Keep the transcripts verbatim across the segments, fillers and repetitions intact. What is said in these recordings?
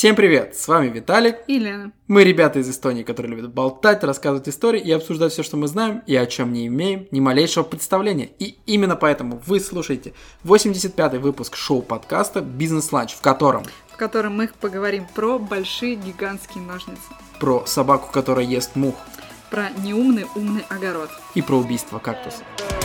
Всем привет! С вами Виталик и Лена. Мы ребята из Эстонии, которые любят болтать, рассказывать истории и обсуждать все, что мы знаем, и о чем не имеем ни малейшего представления. И именно поэтому вы слушаете восемьдесят пятый выпуск шоу-подкаста «Бизнес-ланч», в котором... В котором мы поговорим про большие гигантские ножницы. Про собаку, которая ест мух. Про неумный умный огород. И про убийство кактуса.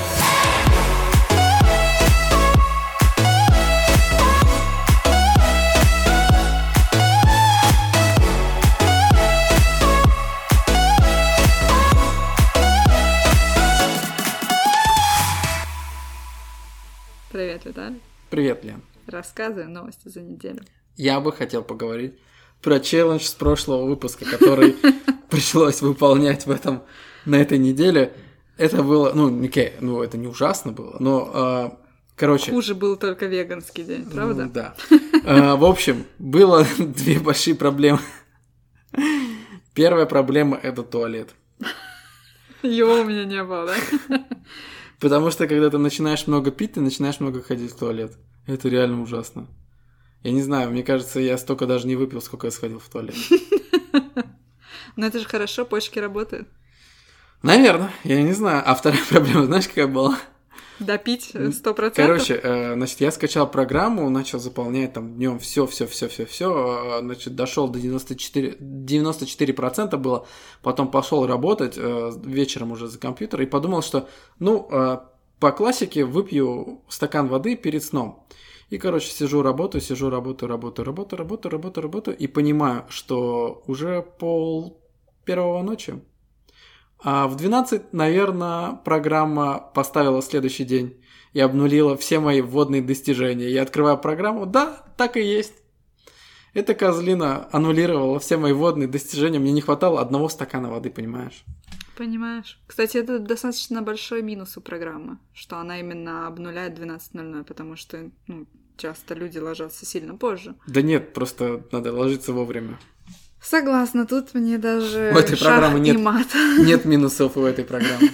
Привет, Виталий. Привет, Лен. Рассказывай новости за неделю. Я бы хотел поговорить про челлендж с прошлого выпуска, который пришлось выполнять в этом, на этой неделе. Это было, ну, окей, ну, это не ужасно было, но, короче... Хуже был только веганский день, правда? Да. В общем, было две большие проблемы. Первая проблема – это туалет. Его у меня не было, да? Потому что, когда ты начинаешь много пить, ты начинаешь много ходить в туалет. Это реально ужасно. Я не знаю, мне кажется, я столько даже не выпил, сколько я сходил в туалет. Но это же хорошо, почки работают. Наверное, я не знаю. А вторая проблема, знаешь, какая была? Допить сто процентов? Короче, э, значит, я скачал программу, начал заполнять там днем все, все, все, все, все, значит, дошел до девяносто четыре, девяносто четыре процента было, потом пошел работать э, вечером уже за компьютер и подумал, что, ну, э, по классике выпью стакан воды перед сном. И, короче, сижу, работаю, сижу, работаю, работаю, работаю, работаю, работаю, работаю, и понимаю, что уже пол первого ночи. А в двенадцать, наверное, программа поставила следующий день и обнулила все мои вводные достижения. Я открываю программу, да, так и есть. Эта козлина аннулировала все мои вводные достижения. Мне не хватало одного стакана воды, понимаешь? Понимаешь. Кстати, это достаточно большой минус у программы, что она именно обнуляет двенадцать ноль ноль, потому что, ну, часто люди ложатся сильно позже. Да нет, просто надо ложиться вовремя. Согласна, тут мне даже у этой программы нет, и мат. Нет минусов у этой программы.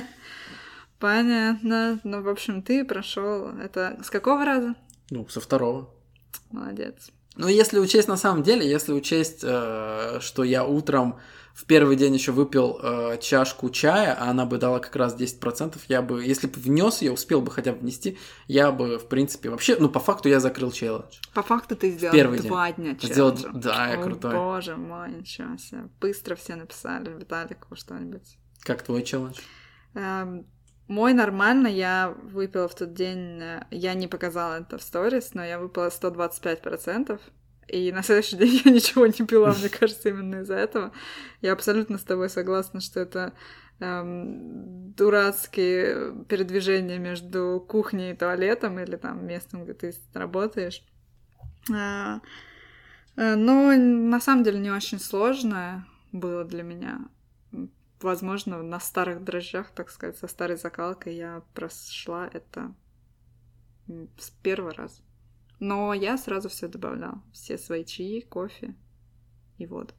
Понятно. Ну, в общем, ты прошел это с какого раза? Ну, со второго. Молодец. Ну, если учесть на самом деле, если учесть, э, что я утром в первый день еще выпил э, чашку чая, а она бы дала как раз десять процентов, я бы, если бы внес ее, успел бы хотя бы внести, я бы, в принципе, вообще, ну, по факту я закрыл челлендж. По факту ты сделал первый два день. дня челленджа. Сделал, да, я О, крутой. Боже мой, ничего себе. Быстро все написали Виталику что-нибудь. Как твой челлендж? Эм, мой нормально, я выпила в тот день, я не показала это в сторис, но я выпила сто двадцать пять процентов. И на следующий день я ничего не пила, мне кажется, именно из-за этого. Я абсолютно с тобой согласна, что это эм, дурацкие передвижения между кухней и туалетом или там местом, где ты работаешь. А, а, но на самом деле не очень сложно было для меня. Возможно, на старых дрожжах, так сказать, со старой закалкой я прошла это с первого раза. Но я сразу все добавляла. Все свои чаи, кофе и воду.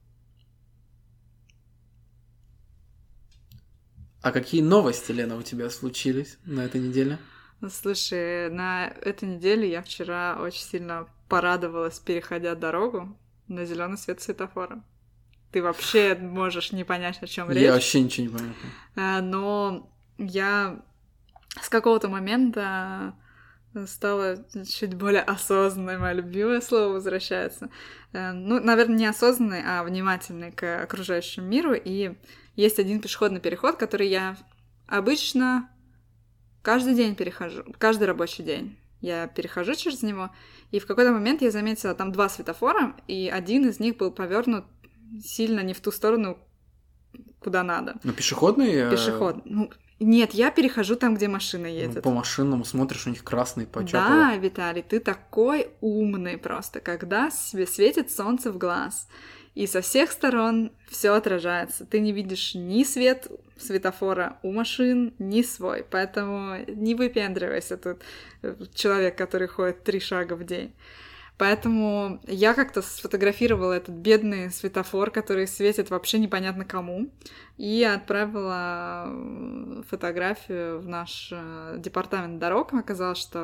А какие новости, Лена, у тебя случились на этой неделе? Слушай, на этой неделе я вчера очень сильно порадовалась, переходя дорогу на зеленый свет светофора. Ты вообще можешь не понять, о чем речь. Я вообще ничего не понимаю. Но я с какого-то момента стала чуть более осознанной, мое любимое слово возвращается. Ну, наверное, не осознанной, а внимательной к окружающему миру. И есть один пешеходный переход, который я обычно каждый день перехожу, каждый рабочий день я перехожу через него. И в какой-то момент я заметила там два светофора, и один из них был повернут сильно не в ту сторону, куда надо. Ну, пешеходный? Пешеход. Ну, нет, я перехожу там, где машина едет. Ну, по машинному смотришь, у них красный по чакову. Да, Виталий, ты такой умный просто, когда тебе светит солнце в глаз, и со всех сторон все отражается. Ты не видишь ни свет светофора у машин, ни свой. Поэтому не выпендривайся тут, человек, который ходит три шага в день. Поэтому я как-то сфотографировала этот бедный светофор, который светит вообще непонятно кому, и отправила фотографию в наш департамент дорог. Оказалось, что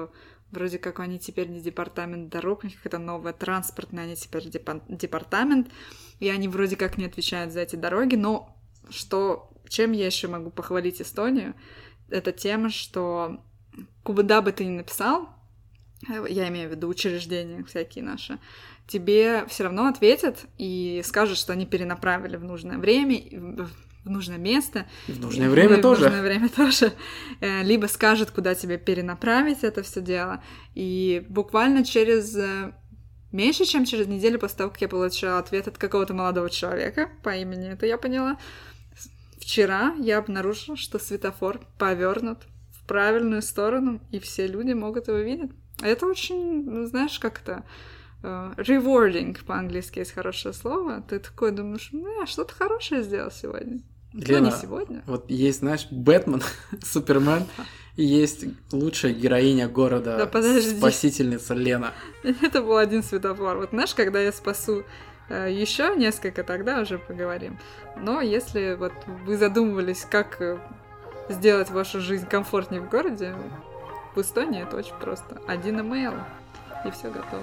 вроде как они теперь не департамент дорог, у них какая-то новая транспортная, они теперь депа- департамент, и они вроде как не отвечают за эти дороги, но что, чем я еще могу похвалить Эстонию, это тем, что куда бы ты ни написал, я имею в виду учреждения всякие наши, тебе все равно ответят и скажут, что они перенаправили в нужное время, в нужное место. В нужное время в тоже. В нужное время тоже. Либо скажут, куда тебе перенаправить это все дело. И буквально через... Меньше, чем через неделю после того, как я получила ответ от какого-то молодого человека по имени, это я поняла, вчера я обнаружила, что светофор повернут в правильную сторону, и все люди могут его видеть. Это очень, ну, знаешь, как это... Uh, rewarding, по-английски есть хорошее слово. Ты такой думаешь, ну, я что-то хорошее сделал сегодня. Лена, ну, не сегодня. Вот есть, знаешь, Бэтмен, Супермен, и есть лучшая героиня города, да, подожди. спасительница Лена. Это был один светофор. Вот знаешь, когда я спасу uh, еще несколько, тогда уже поговорим. Но если вот вы задумывались, как сделать вашу жизнь комфортнее в городе, в Эстонии это очень просто. Один имейл, и все готово.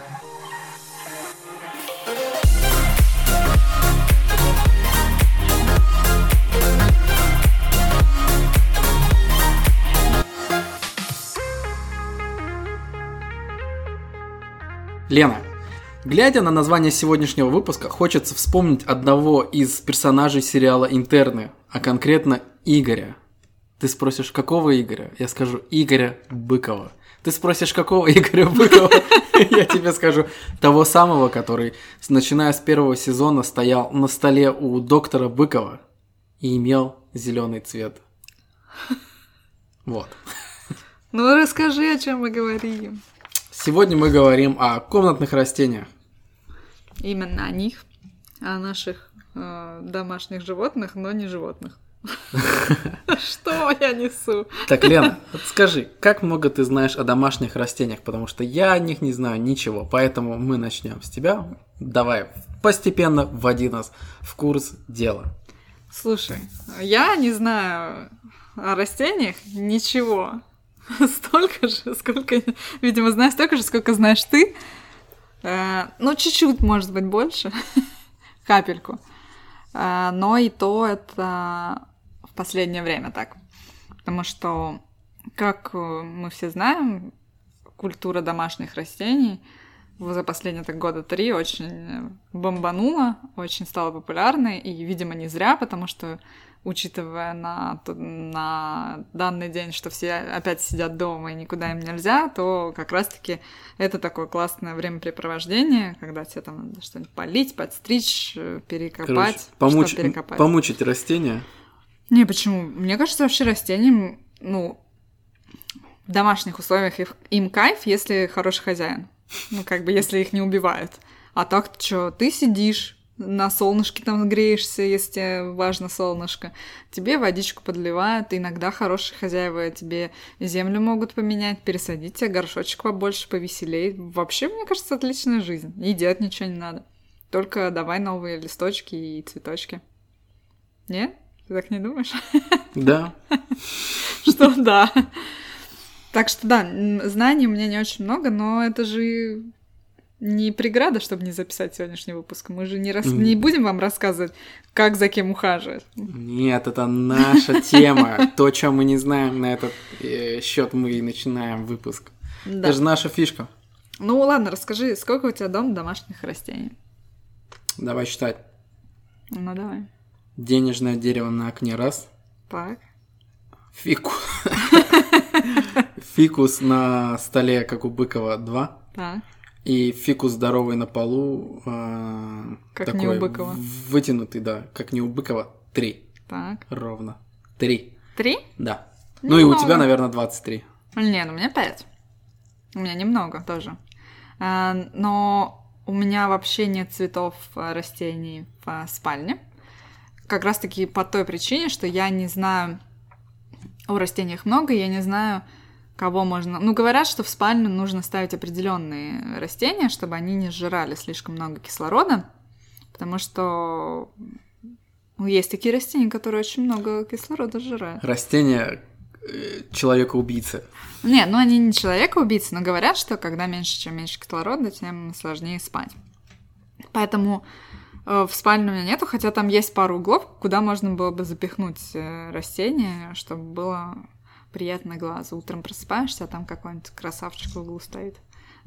Лена, глядя на название сегодняшнего выпуска, хочется вспомнить одного из персонажей сериала «Интерны», а конкретно Игоря. Ты спросишь, какого Игоря? Я скажу, Игоря Быкова. Ты спросишь, какого Игоря Быкова? Я тебе скажу, того самого, который, начиная с первого сезона, стоял на столе у доктора Быкова и имел зеленый цвет. Вот. Ну, расскажи, о чем мы говорим. Сегодня мы говорим о комнатных растениях. Именно о них, о наших э, домашних животных, но не животных. Что я несу? Так, Лена, вот скажи, как много ты знаешь о домашних растениях? Потому что я о них не знаю ничего, поэтому мы начнем с тебя. Давай постепенно вводи нас в курс дела. Слушай, я не знаю о растениях ничего. Столько же, сколько... Видимо, знаю столько же, сколько знаешь ты. Ну, чуть-чуть, может быть, больше. Капельку. Но и то это в последнее время так. Потому что, как мы все знаем, культура домашних растений за последние так, года три очень бомбанула, очень стала популярной. И, видимо, не зря, потому что, учитывая на, на данный день, что все опять сидят дома и никуда им нельзя, то как раз-таки это такое классное времяпрепровождение, когда тебе там надо что-нибудь полить, подстричь, перекопать. Короче, помуч... что перекопать. Помучить растения? Не, почему? Мне кажется, вообще растениям, ну, в домашних условиях им кайф, если хороший хозяин. Ну, как бы, если их не убивают. А так, что, ты сидишь, на солнышке там греешься, если тебе важно солнышко. Тебе водичку подливают, иногда хорошие хозяева тебе землю могут поменять, пересадить тебе горшочек побольше, повеселее. Вообще, мне кажется, отличная жизнь. И делать ничего не надо. Только давай новые листочки и цветочки. Нет? Ты так не думаешь? Да. Что да. Так что да, знаний у меня не очень много, но это же не преграда, чтобы не записать сегодняшний выпуск. Мы же не, рас... mm. не будем вам рассказывать, как за кем ухаживать. Нет, это наша тема. То, чем мы не знаем, на этот э, счет мы и начинаем выпуск. Да. Это же наша фишка. Ну ладно, расскажи, сколько у тебя дома домашних растений? Давай считать. Ну давай. Денежное дерево на окне раз. Так. Фикус. Фикус на столе, как у Быкова, два. Так. И фикус здоровый на полу. Э, как такой не у Быкова. Вытянутый, да, как не у Быкова. Три. Так. Ровно. Три. Три? Да. Немного. Ну и у тебя, наверное, двадцать три. Не, ну у меня пять. У меня немного тоже. А, но у меня вообще нет цветов растений в спальне. Как раз-таки по той причине, что я не знаю... О растениях много, я не знаю, кого можно... Ну, говорят, что в спальню нужно ставить определенные растения, чтобы они не сжирали слишком много кислорода, потому что ну, есть такие растения, которые очень много кислорода сжирают. Растения, человека-убийцы. Не, ну они не человека-убийцы, но говорят, что когда меньше, чем меньше кислорода, тем сложнее спать. Поэтому э, в спальне у меня нету, хотя там есть пару углов, куда можно было бы запихнуть э, растения, чтобы было приятно глазу. Утром просыпаешься, а там какой-нибудь красавчик в углу стоит.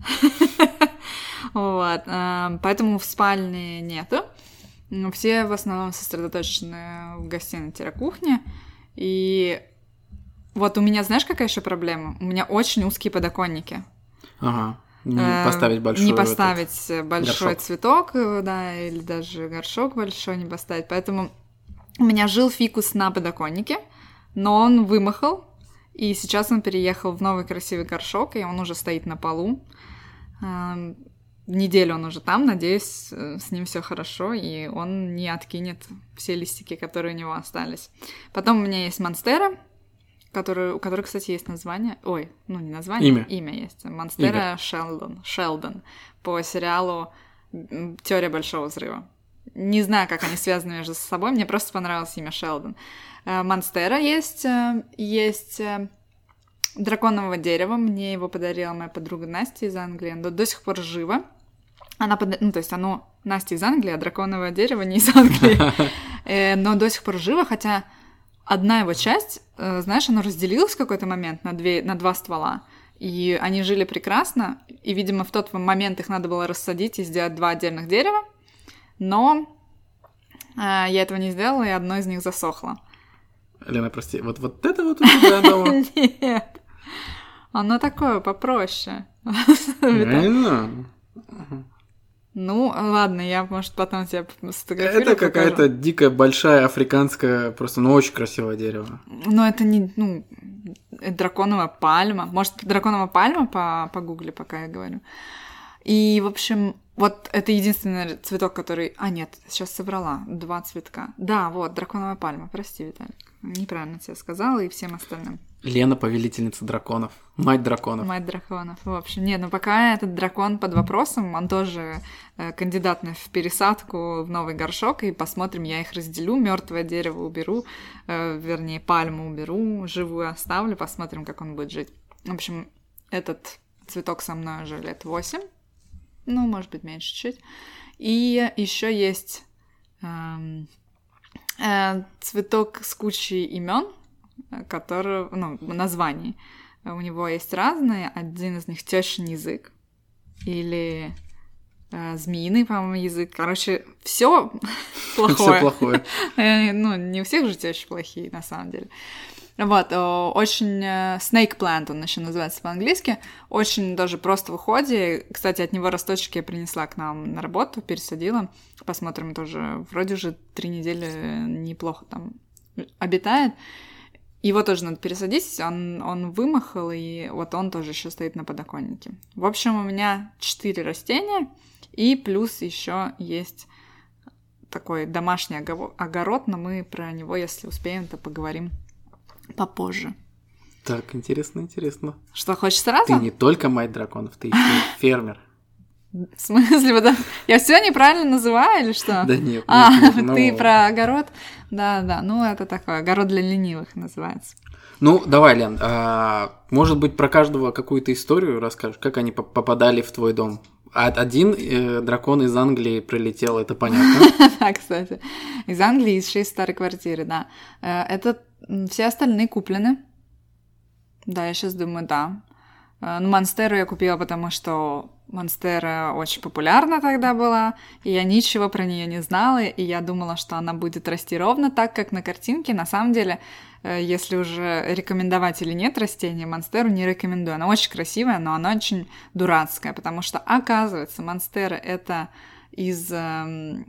Вот. Поэтому в спальне нету. Все в основном сосредоточены в гостиной-кухне. И вот у меня, знаешь, какая еще проблема? У меня очень узкие подоконники. Ага. Не поставить большой Не поставить большой горшок. Цветок, да, или даже горшок большой не поставить. Поэтому у меня жил фикус на подоконнике, но он вымахал. И сейчас он переехал в новый красивый горшок, и он уже стоит на полу. Неделю он уже там, надеюсь, с ним все хорошо, и он не откинет все листики, которые у него остались. Потом у меня есть монстера, который, у которой, кстати, есть название. Ой, ну не название, имя, имя есть. Монстера Шелдон. Шелдон по сериалу «Теория большого взрыва». Не знаю, как они связаны между собой, мне просто понравилось имя Шелдон. Монстера есть, есть драконового дерева, мне его подарила моя подруга Настя из Англии, оно до сих пор живо. Она под... Ну, то есть оно Настя из Англии, а драконовое дерево не из Англии, но до сих пор живо, хотя одна его часть, знаешь, оно разделилось в какой-то момент на, две... на два ствола, и они жили прекрасно, и, видимо, в тот момент их надо было рассадить и сделать два отдельных дерева, но я этого не сделала, и одно из них засохло. Лена, прости, вот, вот это вот у тебя дома? Нет. Оно такое попроще. Реально? Ну, ладно, я, может, потом тебе сфотографирую. Это какая-то дикая, большая, африканская, просто, ну, очень красивое дерево. Ну, это не, ну, драконовая пальма. Может, драконовая пальма по, по гугле, пока я говорю. И, в общем, вот это единственный цветок, который... А, нет, сейчас соврала. Два цветка. Да, вот, драконовая пальма. Прости, Виталик. Неправильно тебе сказала, и всем остальным. Лена — повелительница драконов. Мать драконов. Мать драконов. В общем, нет, ну пока этот дракон под вопросом, он тоже э, кандидат в пересадку в новый горшок, и посмотрим, я их разделю, мертвое дерево уберу, э, вернее, пальму уберу, живую оставлю, посмотрим, как он будет жить. В общем, этот цветок со мной уже лет восемь, ну, может быть, меньше чуть. И еще есть э, э, цветок с кучей имен, который, ну, названий. У него есть разные. Один из них тёщин язык. Или э, змеиный, по-моему, язык. Короче, все плохое. Все плохое. Ну, не у всех же тёщи плохие, на самом деле. Вот, очень... Snake plant он еще называется по-английски. Очень даже просто в уходе. Кстати, от него росточки я принесла к нам на работу, пересадила. Посмотрим тоже. Вроде уже три недели неплохо там обитает. Его тоже надо пересадить, он, он вымахал, и вот он тоже еще стоит на подоконнике. В общем, у меня четыре растения, и плюс еще есть такой домашний огород, но мы про него, если успеем, то поговорим попозже. Так, интересно, интересно. Что, хочешь сразу? Ты не только мать драконов, ты еще и фермер. В смысле, да? Я все неправильно называю или что? Да нет. А, нет, нет, ты ну... про огород? Да, да, ну это такое, огород для ленивых называется. Ну, давай, Лен, а, может быть, про каждого какую-то историю расскажешь, как они попадали в твой дом? Один э, дракон из Англии прилетел, это понятно. Да, кстати, из Англии, из шесть старой квартиры, да. Это все остальные куплены. Да, я сейчас думаю, да. Ну, Монстеру я купила, потому что Монстера очень популярна тогда была, и я ничего про нее не знала, и я думала, что она будет расти ровно так, как на картинке. На самом деле, если уже рекомендовать или нет растения, Монстеру не рекомендую. Она очень красивая, но она очень дурацкая, потому что, оказывается, Монстера — это из, э,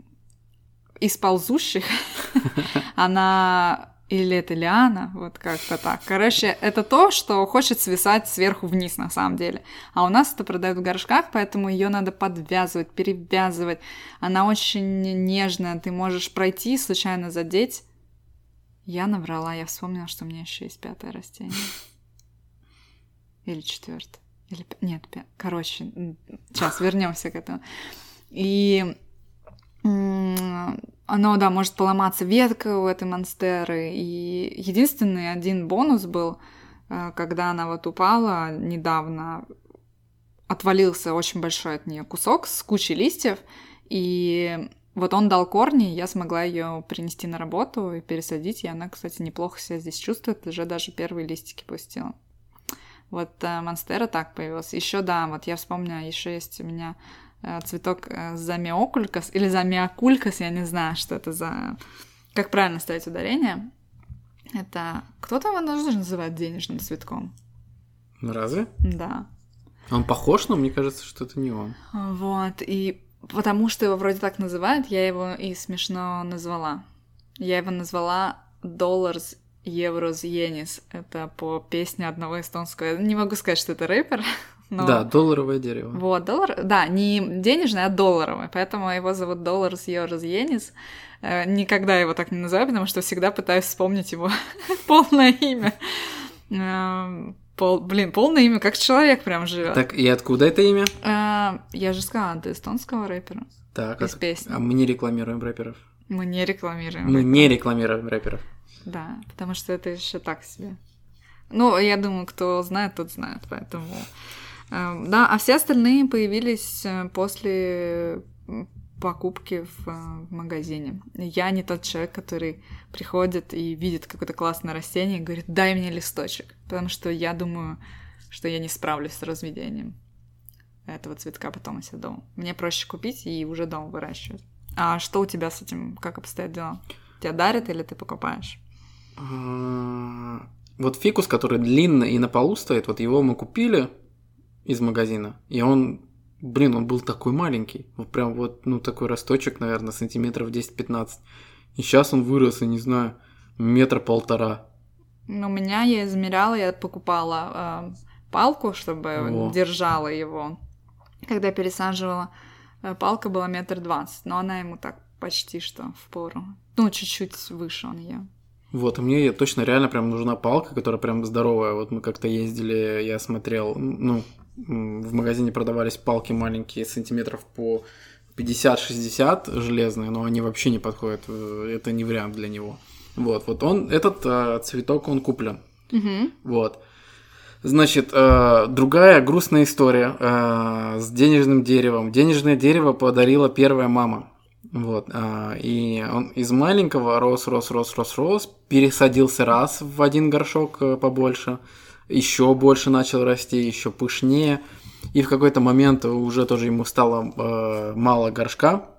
из ползущих. Она... Или это лиана, вот как-то так. Короче, это то, что хочет свисать сверху вниз на самом деле. А у нас это продают в горшках, поэтому ее надо подвязывать, перевязывать. Она очень нежная, ты можешь пройти, случайно задеть. Я наврала, я вспомнила, что у меня еще есть пятое растение. Или четвертое. Или... Нет, пятое. Короче, сейчас вернемся к этому. И... Оно, да, может поломаться ветка у этой монстеры. И единственный один бонус был, когда она вот упала недавно, отвалился очень большой от нее кусок с кучей листьев, и вот он дал корни, я смогла ее принести на работу и пересадить, и она, кстати, неплохо себя здесь чувствует, уже даже первые листики пустила. Вот э, монстера так появилась. Еще да, вот я вспомнила, еще есть у меня э, цветок э, замиокулькас, или замиокулькас, я не знаю, что это за... Как правильно ставить ударение? Это... Кто-то его тоже называет денежным цветком. Разве? Да. Он похож, но мне кажется, что это не он. Вот, и потому что его вроде так называют, я его и смешно назвала. Я его назвала Dollars, Euros, Yenis. Это по песне одного эстонского... Я не могу сказать, что это рэпер, но... Да, долларовое дерево. Вот, доллар... Да, не денежное, а долларовое. Поэтому его зовут Dollars, Euros, Yenis. Никогда его так не называю, потому что всегда пытаюсь вспомнить его полное имя. Пол... Блин, полное имя, как человек прям живет. Так, и откуда это имя? А, я же сказала, это эстонского рэпера. Так, из а... песни. а мы не рекламируем рэперов. Мы не рекламируем. Мы рэпера. не рекламируем рэперов. Да, потому что это еще так себе. Ну, я думаю, кто знает, тот знает, поэтому... Э, да, а все остальные появились после покупки в, в магазине. Я не тот человек, который приходит и видит какое-то классное растение и говорит, дай мне листочек, потому что я думаю, что я не справлюсь с разведением этого цветка потом у себя дома. Мне проще купить и уже дома выращивать. А что у тебя с этим, как обстоят дела? Тебя дарят или ты покупаешь? Вот фикус, который длинный и на полу стоит, вот его мы купили из магазина, и он... Блин, он был такой маленький. Вот прям вот, ну, такой росточек, наверное, сантиметров десять-пятнадцать. И сейчас он вырос, я не знаю, метра полтора. Ну, у меня я измеряла, я покупала э, палку, чтобы О. держала его. Когда пересаживала, э, палка была метр двадцать, но она ему так почти что впору. Ну, чуть-чуть выше он ее. Вот, и мне точно реально прям нужна палка, которая прям здоровая. Вот мы как-то ездили, я смотрел, ну... В магазине продавались палки маленькие, сантиметров по пятьдесят-шестьдесят железные, но они вообще не подходят, это не вариант для него. Вот, вот он, этот э, цветок, он куплен. Mm-hmm. Вот. Значит, э, другая грустная история э, с денежным деревом. Денежное дерево подарила первая мама. Вот, э, и он из маленького рос, рос, рос, рос, рос, пересадился раз в один горшок э, побольше, еще больше начал расти, еще пышнее. И в какой-то момент уже тоже ему стало э, мало горшка.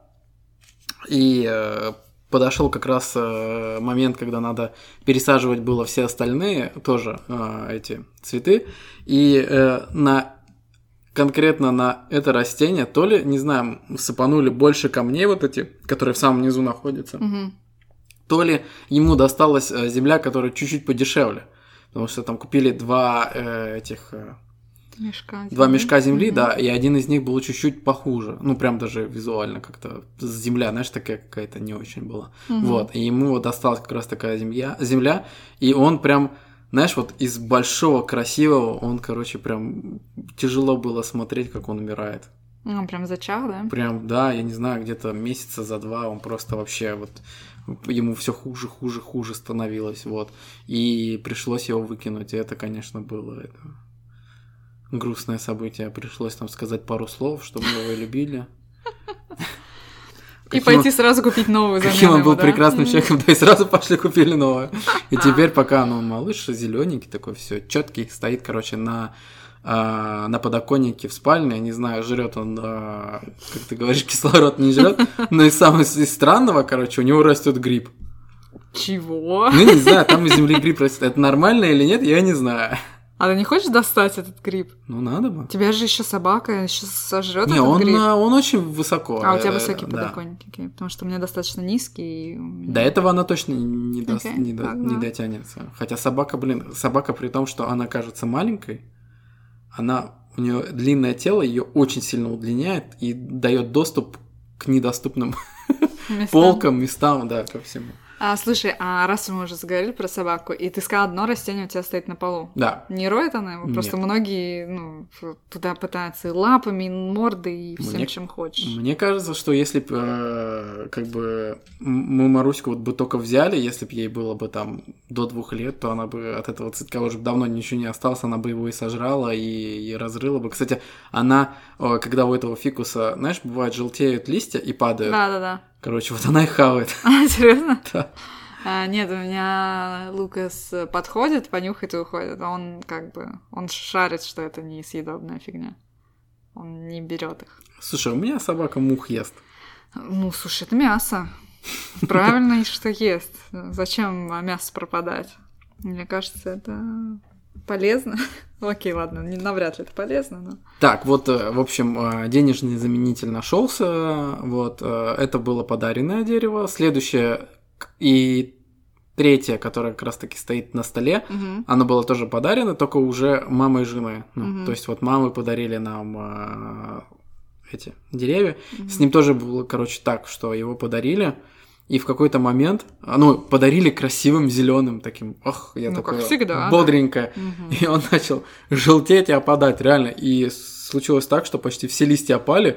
И э, подошел как раз э, момент, когда надо пересаживать было все остальные тоже э, эти цветы. И э, на, конкретно на это растение то ли, не знаю, сыпанули больше камней вот эти, которые в самом низу находятся, Mm-hmm. то ли ему досталась земля, которая чуть-чуть подешевле. Потому что там купили два э, этих... Э, мешка два мешка земли, mm-hmm. да, и один из них был чуть-чуть похуже. Ну, прям даже визуально как-то земля, знаешь, такая какая-то не очень была. Mm-hmm. Вот, и ему вот досталась как раз такая земля, земля, и он прям, знаешь, вот из большого, красивого, он, короче, прям тяжело было смотреть, как он умирает. Он прям зачах, да? Прям, да, я не знаю, где-то месяца за два он просто вообще вот... Ему все хуже, хуже, хуже становилось, вот. И пришлось его выкинуть, и это, конечно, было это... грустное событие. Пришлось там сказать пару слов, чтобы его любили. И пойти сразу купить новую замену. Каким он был прекрасным человеком, да и сразу пошли купили новую. И теперь, пока он малыш, зелененький такой, все четкий, стоит, короче, на... на подоконнике в спальне, не знаю, жрет он, как ты говоришь, кислород не жрет, но из самого из странного, короче, у него растет гриб. Чего? Ну, не знаю, там из земли гриб растет. Это нормально или нет, я не знаю. А ты не хочешь достать этот гриб? Ну, надо бы. У тебя же еще собака, еще сожрет этот он, гриб. Не, он очень высоко. А у тебя высокий да. подоконник, okay. Потому что у меня достаточно низкий. И меня... До этого она точно не, до... okay. не, до... не дотянется. Хотя собака, блин, собака при том, что она кажется маленькой, она, у нее длинное тело, ее очень сильно удлиняет и дает доступ к недоступным местам. полкам, местам, да, ко всему. А, слушай, а раз мы уже заговорили про собаку, и ты сказал, одно растение у тебя стоит на полу. Да. Не роет она его? Просто Нет. многие ну, туда пытаются и лапами, и мордой, и всем, Мне- чем хочешь. Мне кажется, что если бы как бы мы Маруську вот бы только взяли, если бы ей было бы там до двух лет, то она бы от этого цветка уже давно ничего не осталось, она бы его и сожрала, и, и разрыла бы. Кстати, она, э, когда у этого фикуса, знаешь, бывает, желтеют листья и падают. Да-да-да. Короче, вот она и хавает. А, серьезно? Да. А, нет, у меня Лукас подходит, понюхает и уходит. А он как бы, он шарит, что это не съедобная фигня. Он не берет их. Слушай, у меня собака мух ест. Ну, слушай, это мясо. Правильно, что ест. Зачем мясо пропадать? Мне кажется, это полезно. Окей, ладно, не навряд ли это полезно, но... Так, вот, э, в общем, э, денежный заменитель нашелся. Вот, э, это было подаренное дерево. Следующее к- и третье, которое как раз-таки стоит на столе, Мгм. оно было тоже подарено, только уже мамой и женой. Ну, Мгм. То есть вот мамы подарили нам э, эти деревья. Мгм. С ним тоже было, короче, так, что его подарили. И в какой-то момент, а, ну, подарили красивым зеленым таким, ох, я Ну, как такой всегда. бодренько. Мгм. И он начал желтеть и опадать, реально. И случилось так, что почти все листья опали,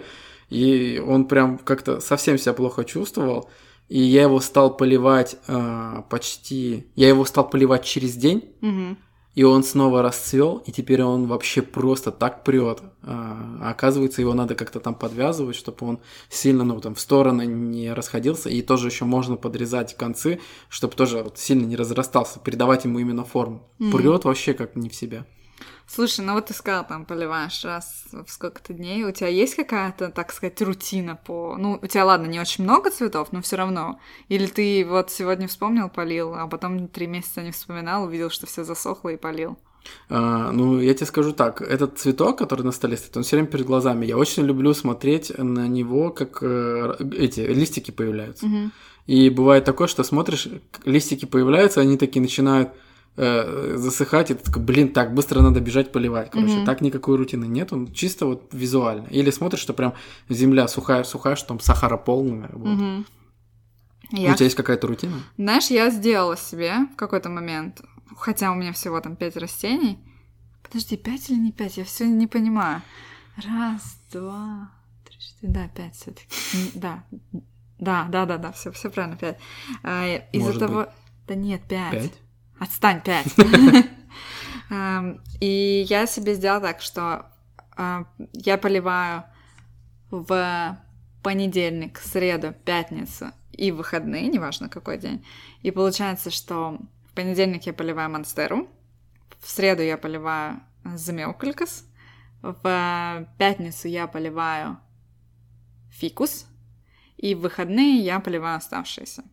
и он прям как-то совсем себя плохо чувствовал. И я его стал поливать а, почти... Я его стал поливать через день, Мгм. и он снова расцвел, и теперь он вообще просто так прет. А оказывается, его надо как-то там подвязывать, чтобы он сильно, ну, там, в стороны не расходился, и тоже еще можно подрезать концы, чтобы тоже вот сильно не разрастался, придавать ему именно форму. Мгм. Прет вообще как не в себя. Слушай, ну вот ты сказал, там, поливаешь раз в сколько-то дней. У тебя есть какая-то, так сказать, рутина по... Ну, у тебя, ладно, не очень много цветов, но все равно. Или ты вот сегодня вспомнил, полил, а потом три месяца не вспоминал, увидел, что все засохло и полил. А, ну, я тебе скажу так, этот цветок, который на столе стоит, он все время перед глазами. Я очень люблю смотреть на него, как э, эти листики появляются. Мгм. И бывает такое, что смотришь, к- листики появляются, они такие начинают э, засыхать, и ты такой, блин, так, быстро надо бежать поливать. Короче, Мгм. так никакой рутины нет, он чисто вот визуально. Или смотришь, что прям земля сухая-сухая, что там сахара полная. Вот. Мгм. У Я тебя есть какая-то рутина? Знаешь, я сделала себе в какой-то момент, хотя у меня всего там пять растений. Подожди, пять или не пять? Я все не понимаю. Раз, два, три, четыре, да, пять все-таки. Да, да, да, да, да, все, все правильно, пять. А, из-за Может того, да нет, пять. Пять? Отстань, пять. Эм, И я себе сделала так, что э, я поливаю в понедельник, среду, пятницу и в выходные, неважно какой день. И получается, что в понедельник я поливаю монстеру, в среду я поливаю замеокалькас, в пятницу я поливаю фикус, и в выходные я поливаю оставшиеся.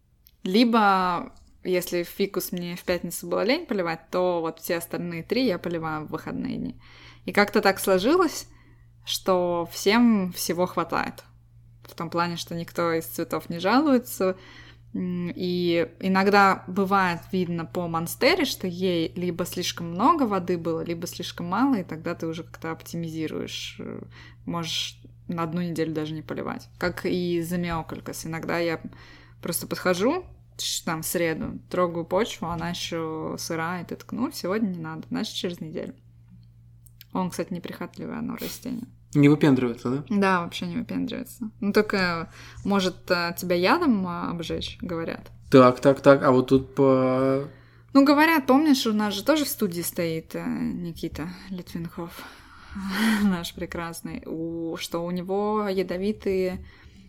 Либо, если фикус мне в пятницу было лень поливать, то вот все остальные три я поливаю в выходные дни. И как-то так сложилось, что всем всего хватает. В том плане, что никто из цветов не жалуется. М, И иногда бывает видно по монстере, что ей либо слишком много воды было, либо слишком мало, и тогда ты уже как-то оптимизируешь. э, Можешь на одну неделю даже не поливать. Как и замеокалькас. Иногда я просто подхожу, ш- там, в среду, трогаю почву, она еще сырая, и ты так, ну, сегодня не надо, значит, через неделю. Он, кстати, неприхотливое, оно растение. Не выпендривается, да? Да, вообще не выпендривается. Ну, только может э, тебя ядом а, обжечь, говорят. Так, так, так, а вот тут по... Ну, говорят, помнишь, у нас же тоже в студии стоит э, Никита Литвинков, наш прекрасный, у- что у него ядовитые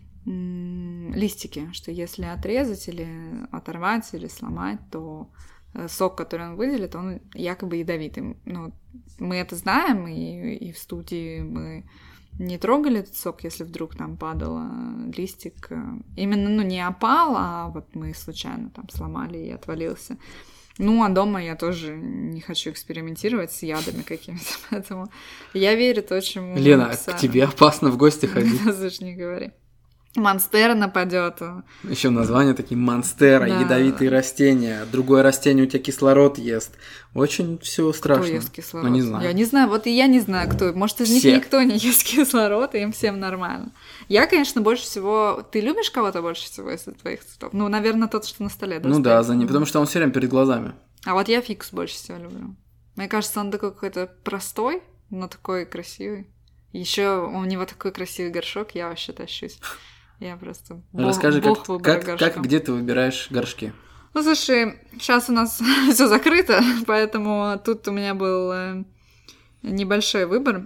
м, листики, что если отрезать или оторвать, или сломать, то э, сок, который он выделит, он якобы ядовитый. Ну, мы это знаем, и, и в студии мы не трогали этот сок, если вдруг там падал э, листик. э, Именно, ну, не опал, а вот мы случайно там сломали и отвалился. Ну, а дома я тоже не хочу экспериментировать с ядами какими-то, поэтому я верю то, чему Лена, написали. к тебе опасно в гости ходить. Да, слушай, не говори. монстера нападет. Еще названия такие: монстера, да. Ядовитые растения. Другое растение у тебя кислород ест. Очень все страшно. Кто ест кислород? Ну, не знаю. Я не знаю, вот и я не знаю, кто. Может, из Все. них никто не ест кислород, и им всем нормально. Я, конечно, больше всего... Ты любишь кого-то больше всего из твоих цветов? Ну, наверное, тот, что на столе. Ну да, за ним, потому что он все время перед глазами. А вот я фикус больше всего люблю. Мне кажется, он такой какой-то простой, но такой красивый. Еще у него такой красивый горшок, я вообще тащусь. Я просто бог, Расскажи, бог как, выбора как, горшка. как, где ты выбираешь горшки? Ну, слушай, сейчас у нас все закрыто, поэтому тут у меня был э, небольшой выбор.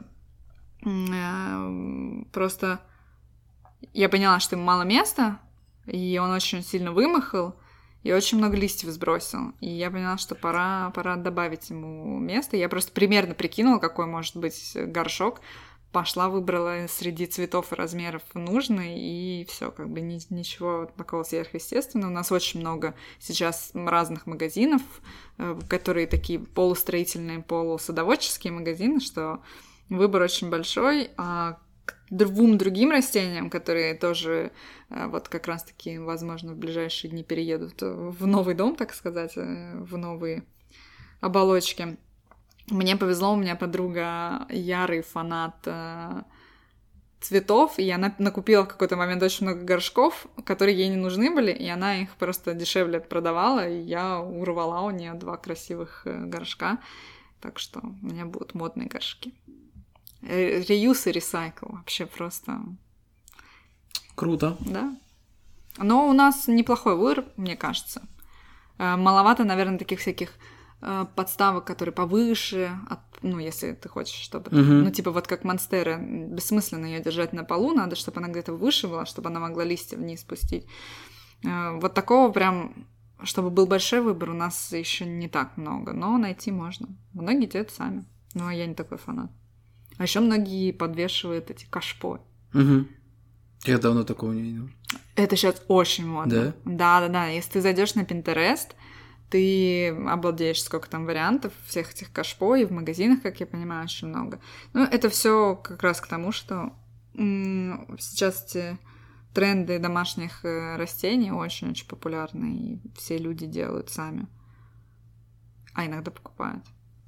Э, просто я поняла, что ему мало места, и он очень сильно вымахал, и очень много листьев сбросил. И я поняла, что пора, пора добавить ему место. Я просто примерно прикинула, какой может быть горшок. Пошла, выбрала среди цветов и размеров нужный, и все, как бы ни, ничего такого сверхъестественного. У нас очень много сейчас разных магазинов, которые такие полустроительные, полусадоводческие магазины, что выбор очень большой. А к двум другим растениям, которые тоже вот как раз-таки, возможно, в ближайшие дни переедут в новый дом, так сказать, в новые оболочки. Мне повезло, у меня подруга ярый фанат э, цветов, и она накупила в какой-то момент очень много горшков, которые ей не нужны были, и она их просто дешевле продавала, и я урвала у нее два красивых горшка, так что у меня будут модные горшки. Реюз и ресайкл, вообще просто... Круто. Да. Но у нас неплохой выбор, мне кажется. Маловато, наверное, таких всяких подставок, которые повыше, от, ну, если ты хочешь, чтобы... Uh-huh. Ну, типа вот как монстера, бессмысленно ее держать на полу, надо, чтобы она где-то выше была, чтобы она могла листья вниз спустить. Вот такого прям, чтобы был большой выбор, у нас еще не так много, но найти можно. Многие делают сами, но я не такой фанат. А еще многие подвешивают эти кашпо. Uh-huh. Я давно такого не видел. Это сейчас очень модно. Да? Да-да-да, если ты зайдешь на Pinterest, ты обалдеешь, сколько там вариантов всех этих кашпо, и в магазинах, как я понимаю, очень много. Ну, это все как раз к тому, что м- сейчас эти тренды домашних растений очень-очень популярны, и все люди делают сами. А иногда покупают.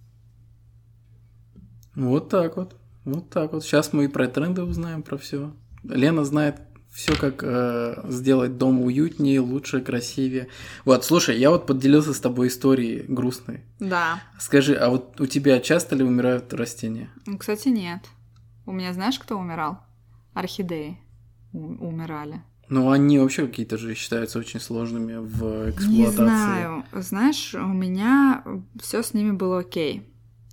Вот так вот. Вот так вот. Сейчас мы и про тренды узнаем, про все. Лена знает все, как э, сделать дом уютнее, лучше, красивее. Вот, слушай, я вот поделился с тобой историей грустной. Да. Скажи, а вот у тебя часто ли умирают растения? Кстати, нет. У меня знаешь, кто умирал? Орхидеи у- умирали. Ну, они вообще какие-то же считаются очень сложными в эксплуатации. Не знаю. Знаешь, у меня все с ними было окей.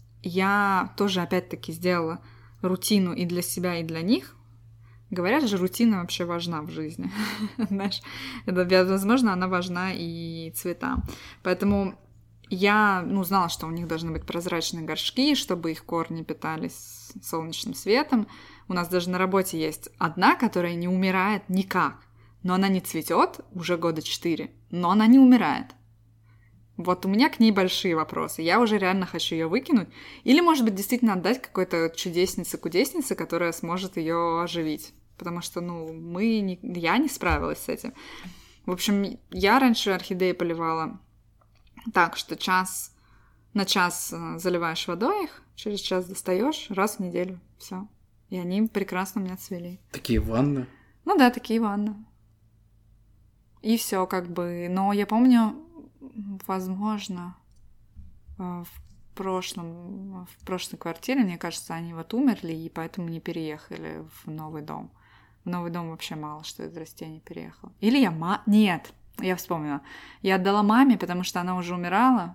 Я тоже, опять-таки, сделала рутину и для себя, и для них. Говорят же, рутина вообще важна в жизни. Знаешь, это, возможно, она важна и цветам. Поэтому я, ну, знала, что у них должны быть прозрачные горшки, чтобы их корни питались солнечным светом. У нас даже на работе есть одна, которая не умирает никак. Но она не цветет уже года четыре, но она не умирает. Вот у меня к ней большие вопросы. Я уже реально хочу ее выкинуть. Или, может быть, действительно отдать какой-то чудеснице-кудеснице, которая сможет ее оживить. Потому что, ну, мы не... я не справилась с этим. В общем, я раньше орхидеи поливала так, что час на час заливаешь водой их, через час достаешь, раз в неделю. Все. И они прекрасно у меня цвели. Такие ванны? Ну да, такие ванны. И все, как бы. Но я помню, возможно, в прошлом, в прошлой квартире, мне кажется, они вот умерли, и поэтому не переехали в новый дом. В новый дом вообще мало что из растений переехало. Или я ма... Нет, я вспомнила. Я отдала маме, потому что она уже умирала,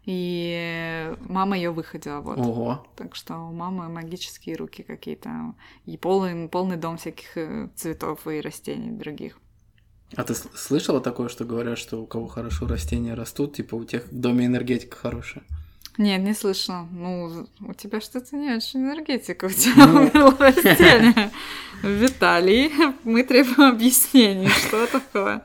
и мама ее выходила. Вот. Ого. Так что у мамы магические руки какие-то. И полный, полный дом всяких цветов и растений других. А ты слышала такое, что говорят, что у кого хорошо растения растут, типа у тех в доме энергетика хорошая? Нет, не слышала. Ну, у тебя что-то не очень энергетика, у тебя умерло растение. Виталий, мы требуем объяснений, что такое.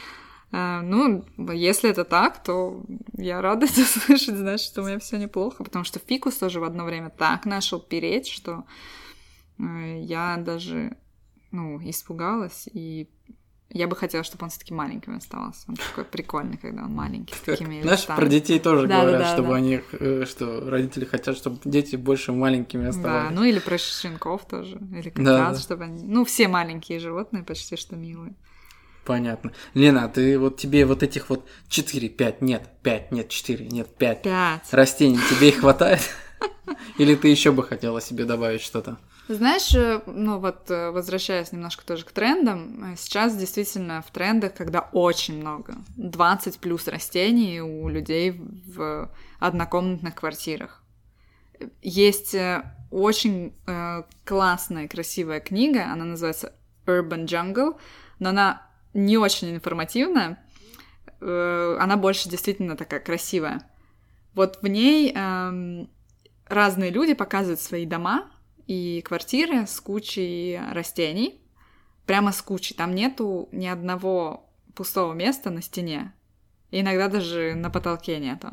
Ну, если это так, то я рада это слышать, значит, что у меня все неплохо, потому что фикус тоже в одно время так начал переть, что я даже ну, испугалась, и я бы хотела, чтобы он все-таки маленьким оставался. Он такой прикольный, когда он маленький, с такими Знаешь, листами. про детей тоже Да, говорят, да, да, чтобы да. они, э, что родители хотят, чтобы дети больше маленькими Да, оставались. ну или про щенков тоже, или котят, Да, да. чтобы они... Ну, все маленькие животные почти что милые. Понятно. Лена, а ты вот тебе вот этих вот четыре, пять, нет, пять, нет, четыре, нет, пять Пять. растений, тебе их хватает? Или ты еще бы хотела себе добавить что-то? Знаешь, э, ну вот э, возвращаясь немножко тоже к трендам, э, сейчас действительно в трендах, когда очень много, двадцать плюс растений у людей в однокомнатных квартирах. Есть э, очень э, классная, красивая книга, она называется Urban Jungle, но она не очень информативная, э, она больше действительно такая красивая. Вот в ней э, разные люди показывают свои дома и квартиры с кучей растений, прямо с кучей. Там нету ни одного пустого места на стене, и иногда даже на потолке нету.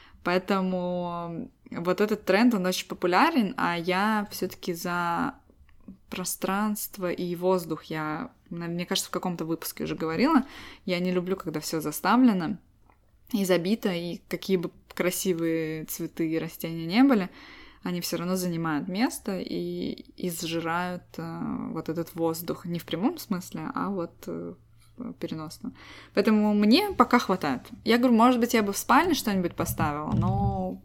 Поэтому вот этот тренд, он очень популярен, а я все-таки за пространство и воздух. Я, мне кажется, в каком-то выпуске уже говорила, я не люблю, когда все заставлено и забито, и какие бы красивые цветы и растения не были, они все равно занимают место и изжирают э, вот этот воздух. Не в прямом смысле, а вот э, в переносном. Поэтому мне пока хватает. Я говорю, может быть, я бы в спальне что-нибудь поставила, но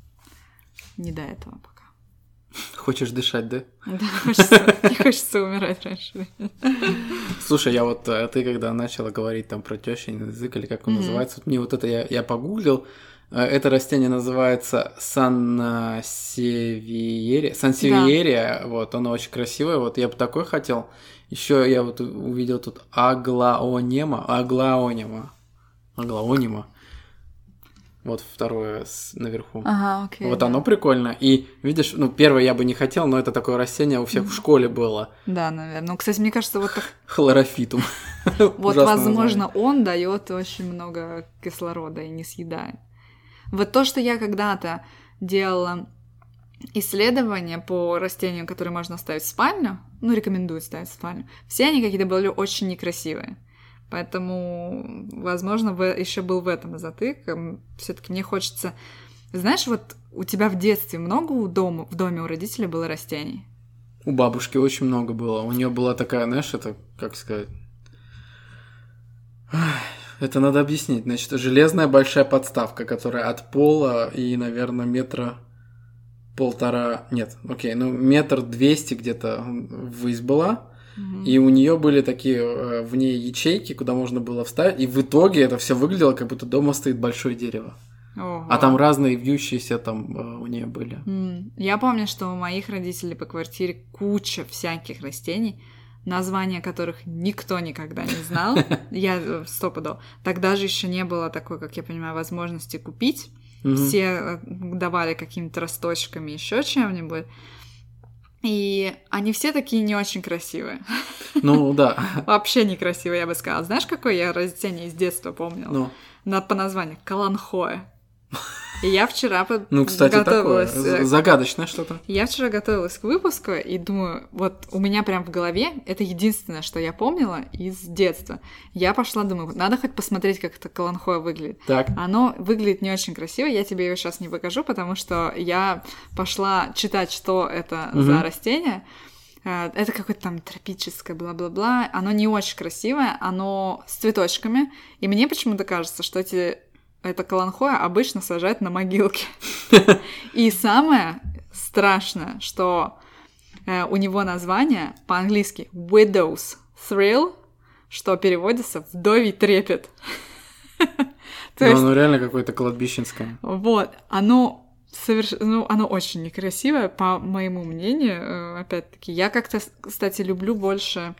не до этого пока. Хочешь дышать, да? Да, хочется, не хочется умирать раньше. Слушай, я вот, э, ты когда начала говорить там про тёщин язык, или как он mm-hmm. называется, вот мне вот это, я, я погуглил, это растение называется сансевиерия, сансевиерия, да. Вот, оно очень красивое, вот, я бы такой хотел. Еще я вот увидел тут аглаонема, аглаонема, аглаонима. Вот второе наверху. Ага, окей. Вот да. оно прикольно. И видишь, ну, первое я бы не хотел, но это такое растение у всех mm-hmm. в школе было. Да, наверное. Ну, кстати, мне кажется, вот так... Хлорофитум. Вот, возможно, он дает очень много кислорода и не съедает. Вот то, что я когда-то делала исследования по растениям, которые можно ставить в спальню, ну, рекомендуют ставить в спальню, все они какие-то были очень некрасивые. Поэтому, возможно, еще был в этом затык. Все-таки мне хочется... Знаешь, вот у тебя в детстве много у дома, в доме у родителей было растений? У бабушки очень много было. У нее была такая, знаешь, это, как сказать... Это надо объяснить. Значит, железная большая подставка, которая от пола и, наверное, метра полтора... Нет, окей, ну, метр двести где-то ввысь была. Mm-hmm. И у нее были такие в ней ячейки, куда можно было вставить. И в итоге это все выглядело, как будто дома стоит большое дерево. Ого. А там разные вьющиеся там у нее были. Mm. Я помню, что у моих родителей по квартире куча всяких растений, названия которых никто никогда не знал. Я стопудов. Тогда же еще не было такой, как я понимаю, возможности купить. Mm-hmm. Все давали какими-то росточками, еще чем-нибудь. И они все такие не очень красивые. Ну, да. Вообще некрасивые, я бы сказала. Знаешь, какое я растение из детства помнила? Ну. На, по названию каланхоэ. И я вчера ну, кстати, готовилась... такое загадочное что-то. Я вчера готовилась к выпуску и думаю, вот у меня прям в голове это единственное, что я помнила из детства. Я пошла, думаю, надо хоть посмотреть, как это каланхоэ выглядит. Так. Оно выглядит не очень красиво, я тебе его сейчас не покажу, потому что я пошла читать, что это угу. за растение. Это какое-то там тропическое, бла-бла-бла. Оно не очень красивое, оно с цветочками. И мне почему-то кажется, что эти... это каланхоэ обычно сажают на могилке. И самое страшное, что э, у него название по-английски Widow's Thrill, что переводится «вдовий трепет». Ну, оно реально какое-то кладбищенское. Вот, оно... Соверш... Ну, оно очень некрасивое, по моему мнению, опять-таки. Я как-то, кстати, люблю больше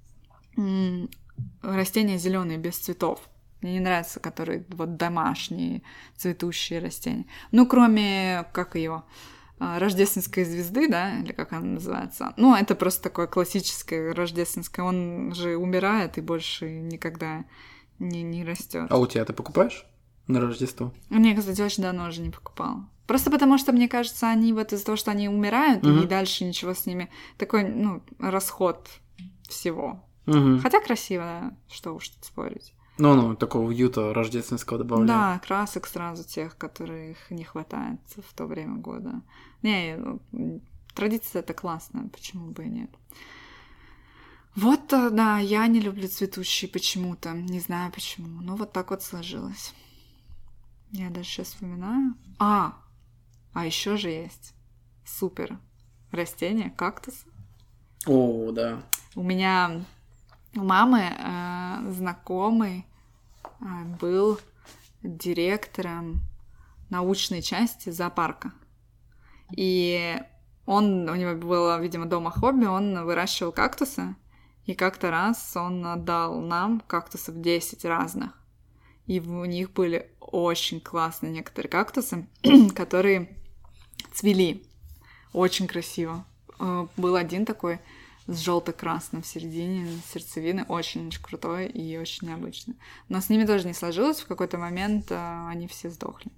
м- растения зеленые без цветов. Мне не нравятся, которые вот домашние цветущие растения. Ну, кроме, как ее, рождественской звезды, да, или как она называется. Ну, это просто такое классическое рождественское. Он же умирает и больше никогда не, не растет. А у тебя ты покупаешь на Рождество? Не, кстати, очень давно уже не покупала. Просто потому, что, мне кажется, они вот из-за того, что они умирают, mm-hmm. и дальше ничего с ними... Такой, ну, расход всего. Угу. Хотя красиво, что уж тут спорить. Ну-ну, такого уюта рождественского добавляют. Да, красок сразу тех, которых не хватает в то время года. Не, традиция это классная, почему бы и нет. Вот, да, я не люблю цветущие почему-то, не знаю почему, но вот так вот сложилось. Я даже сейчас вспоминаю. А, а еще же есть супер растение, кактус. О, да. У меня у мамы э, знакомый э, был директором научной части зоопарка. И он, у него было, видимо, дома хобби, он выращивал кактусы. И как-то раз он отдал нам кактусов десять разных. И у них были очень классные некоторые кактусы, которые цвели очень красиво. Был один такой с желто-красным в середине, сердцевины, очень-очень крутой и очень необычный. Но с ними тоже не сложилось, в какой-то момент они все сдохли.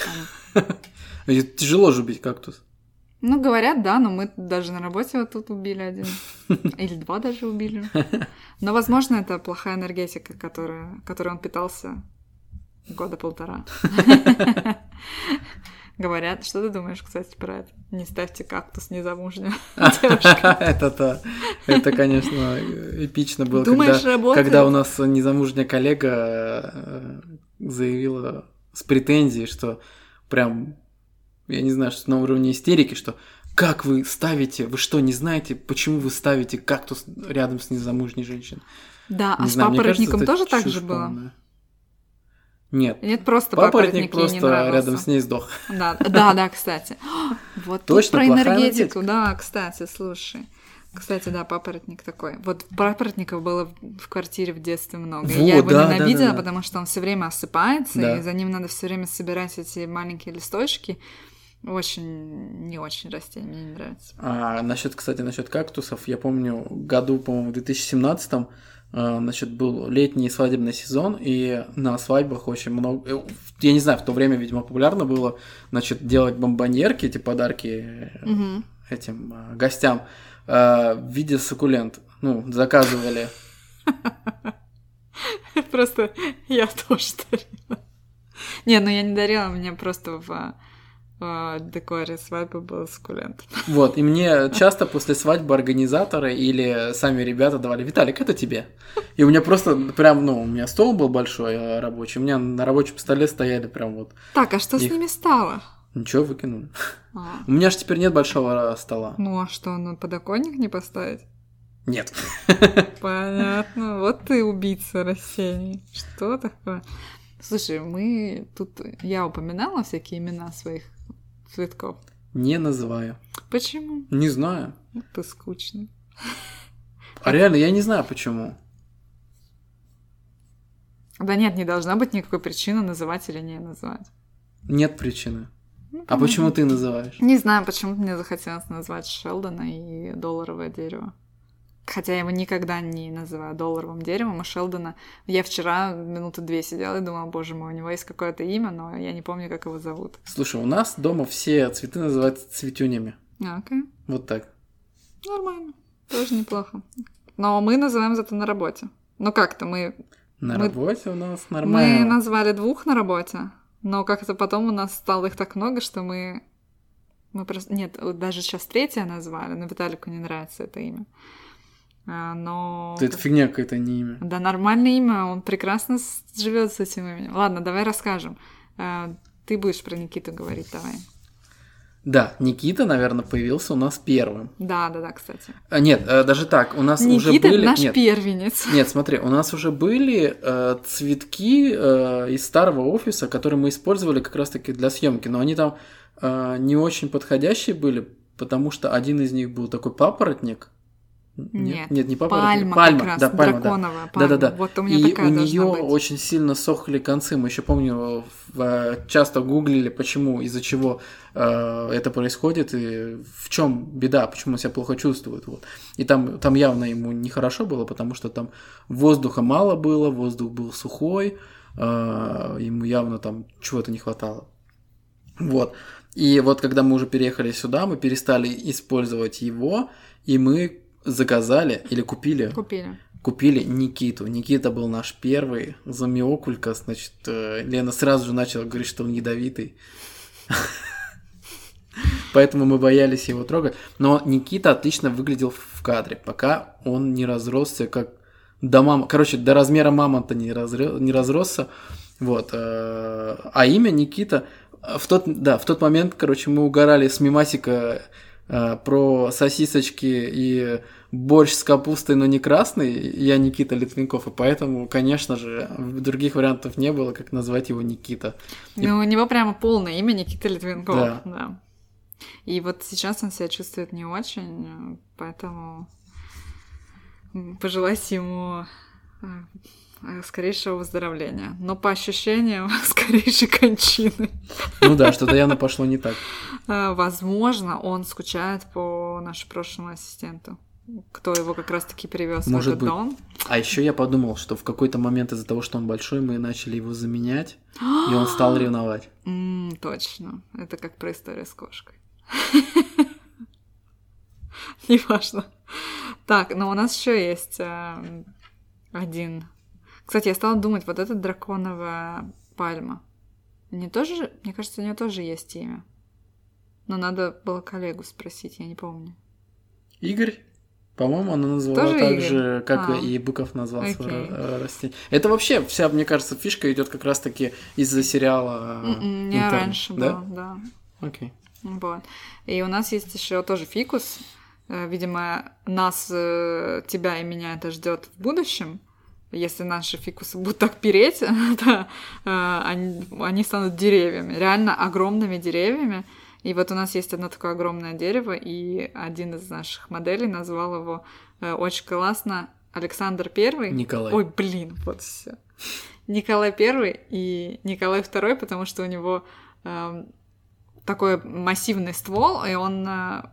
Тяжело же убить кактус. Ну, говорят, да, но мы даже на работе вот тут убили один. Или два даже убили. Но, возможно, это плохая энергетика, которая, которой он питался года полтора. Говорят, что ты думаешь, кстати, про это? Не ставьте кактус незамужнюю девушку. Это-то, это, конечно, эпично было, Думаешь, когда, работает? когда у нас незамужняя коллега заявила с претензией, что прям, я не знаю, что на уровне истерики, что как вы ставите, вы что, не знаете, почему вы ставите кактус рядом с незамужней женщиной? Да, Не а знаю, с папоротником мне кажется, тоже так же было? Полная. Нет. Нет, просто папоротник папоротник ей не просто нравился. рядом с ней сдох. Да, да, да, кстати. Вот Точно, тут про плохая энергетику, энергетика. да, кстати, слушай. Кстати, да, папоротник такой. Вот папоротников было в квартире в детстве много. И Вот, я его да, да, ненавидела, да, да. потому что он все время осыпается, Да. и за ним надо все время собирать эти маленькие листочки. Очень, не очень растение, мне не нравится. А насчет, кстати, насчет кактусов, я помню, году, по-моему, в две тысячи семнадцатом, э, значит, был летний свадебный сезон, и на свадьбах очень много, э, я не знаю, в то время, видимо, популярно было, значит, делать бомбоньерки, эти подарки э, Угу. этим э, гостям э, в виде суккулент. Ну, заказывали. Просто я тоже дарила. Не, ну я не дарила, мне просто в в декоре свадьбы был суккулент. Вот, и мне часто после свадьбы организаторы или сами ребята давали: Виталик, это тебе. И у меня просто прям, ну, у меня стол был большой э, рабочий, у меня на рабочем столе стояли прям вот. Так, а что Их- с ними стало? Ничего, выкинули. А, У меня же теперь нет большого стола. ну а что, на подоконник не поставить? Нет. Понятно. Вот ты убийца растений. Что такое? Слушай, мы тут... Я упоминала всякие имена своих цветков. Не называю. Почему? Не знаю. Вот ты скучный. А реально, я не знаю почему. Да нет, не должна быть никакой причины называть или не называть. Нет причины. Ну, А понятно. почему ты называешь? Не знаю, почему мне захотелось назвать Шелдона и долларовое дерево. Хотя я его никогда не называю долларовым деревом, а Шелдона... Я вчера минуты две сидела и думала, боже мой, у него есть какое-то имя, но я не помню, как его зовут. Слушай, у нас дома все цветы называются цветюнями. А, окей. Вот так. Нормально. Тоже неплохо. Но мы называем зато на работе. Ну как-то мы... На Мы- работе у нас Мы нормально. назвали двух на работе, но как-то потом у нас стало их так много, что мы... Мы просто... Нет, вот даже сейчас третье назвали, но Виталику не нравится это имя. А, но... Это фигня какая-то, не имя. Да, нормальное имя, он прекрасно живет с этим именем. Ладно, давай расскажем. А, Ты будешь про Никиту говорить, давай. Да, Никита, наверное, появился у нас первым. Да, да, да, кстати. А, нет, э, даже так, у нас уже Никита были... наш нет, первенец. нет, смотри, у нас уже были э, цветки э, из старого офиса, которые мы использовали как раз-таки для съемки, но они там э, не очень подходящие были, потому что один из них был такой папоротник. Нет, нет, не папоротник. Пальма, как раз, да, пальма, да. драконовая пальма. Да-да-да. Вот у меня И такая у должна нее быть. очень сильно сохли концы. Мы еще помню, в- часто гуглили, почему, из-за чего э, это происходит и в чем беда, почему он себя плохо чувствует. Вот. И там, там явно ему нехорошо было, потому что там воздуха мало было, воздух был сухой, э, ему явно там чего-то не хватало. Вот. И вот когда мы уже переехали сюда, мы перестали использовать его, и мы заказали или купили? Купили. Купили Никиту. Никита был наш первый замиокулька, значит, Лена сразу же начала говорить, что он ядовитый. Поэтому мы боялись его трогать. Но Никита отлично выглядел в кадре, пока он не разросся, как до мам... Короче, до размера мамонта не, разрё... не разросся. Вот. А имя Никита... В тот... Да, в тот момент, короче, мы угорали с мемасика про сосисочки и борщ с капустой, но не красный. Я Никита Литвинков, и поэтому, конечно же, других вариантов не было, как назвать его Никита. Ну, и... у него прямо полное имя Никита Литвинков. Да. Да. И вот сейчас он себя чувствует не очень, поэтому пожелайте ему скорейшего выздоровления. Но по ощущениям, скорейшей кончины. Ну да, что-то явно пошло не так. Возможно, он скучает по нашему прошлому ассистенту, кто его как раз-таки привез в этот дом. А еще я подумал, что в какой-то момент из-за того, что он большой, мы начали его заменять, и он стал ревновать. Mm, точно. Это как про историю с кошкой. Неважно. Так, но у нас еще есть один. Кстати, я стала думать, вот эта драконовая пальма. Не тоже, мне кажется, у нее тоже есть имя. Но надо было коллегу спросить, я не помню. Игорь? По-моему, она назвала тоже так Игорь? же, как а. и Быков назвал Окей. свое растение. Это вообще вся, мне кажется, фишка идет как раз-таки из-за сериала. Mm-mm, не раньше да? было, да. Окей. Вот. И у нас есть еще тоже фикус. Видимо, нас, тебя и меня это ждет в будущем. Если наши фикусы будут так переть, то они, они станут деревьями, реально огромными деревьями. И вот у нас есть одно такое огромное дерево, и один из наших моделей назвал его очень классно Александр Первый. Николай. Ой, блин, вот все. Николай Первый и Николай Второй, потому что у него э, такой массивный ствол, и он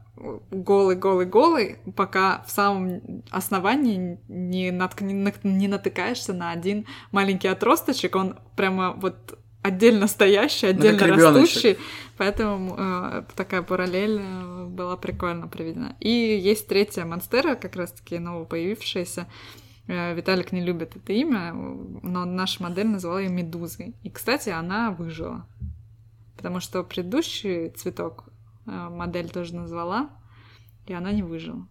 голый-голый-голый, пока в самом основании не, натк... не натыкаешься на один маленький отросточек, он прямо вот отдельно стоящий, отдельно ну, растущий, поэтому э, такая параллель была прикольно проведена. И есть третья монстера, как раз-таки новопоявившаяся. Э, Виталик не любит это имя, но наша модель назвала ее Медузой. И, кстати, она выжила, потому что предыдущий цветок э, модель тоже назвала, и она не выжила.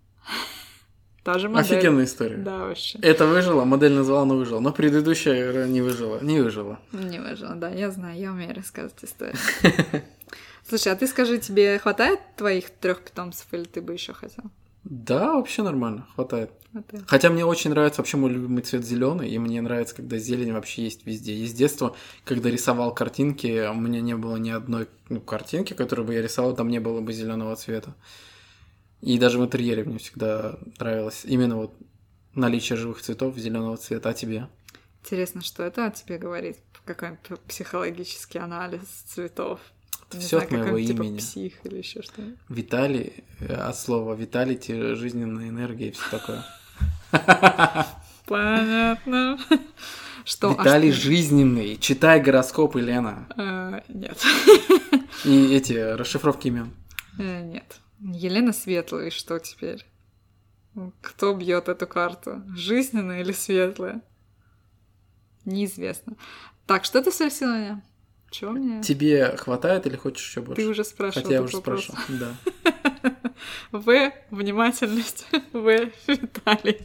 Та же модель. Офигенная история. Да, вообще. Это выжила, модель назвала, но выжила. Но предыдущая не выжила. Не выжила. Не выжила, да, я знаю, я умею рассказывать истории. Слушай, а ты скажи, тебе хватает твоих трех питомцев, или ты бы еще хотел? Да, вообще нормально, хватает. хватает. Хотя мне очень нравится вообще мой любимый цвет зеленый, и мне нравится, когда зелень вообще есть везде. И с детства, когда рисовал картинки, у меня не было ни одной ну, картинки, которую бы я рисовал, там не было бы зеленого цвета. И даже в интерьере мне всегда нравилось именно вот наличие живых цветов зеленого цвета. А тебе? Интересно, что это о тебе говорит? Какой-нибудь психологический анализ цветов? Это все от моего имени. Типа псих или еще что-нибудь. Виталий, от слова виталити, жизненная энергия и все такое. Понятно. Что? Виталий жизненный. Читай гороскопы, Лена. Нет. И эти расшифровки имен. Нет. Елена Светлая, и что теперь? Кто бьет эту карту? Жизненная или светлая? Неизвестно. Так, что ты спросила меня? Чего мне? Тебе хватает или хочешь еще больше? Ты уже спрашивал. Хотя я уже спрашивал, да. В. Внимательность. В. Виталий.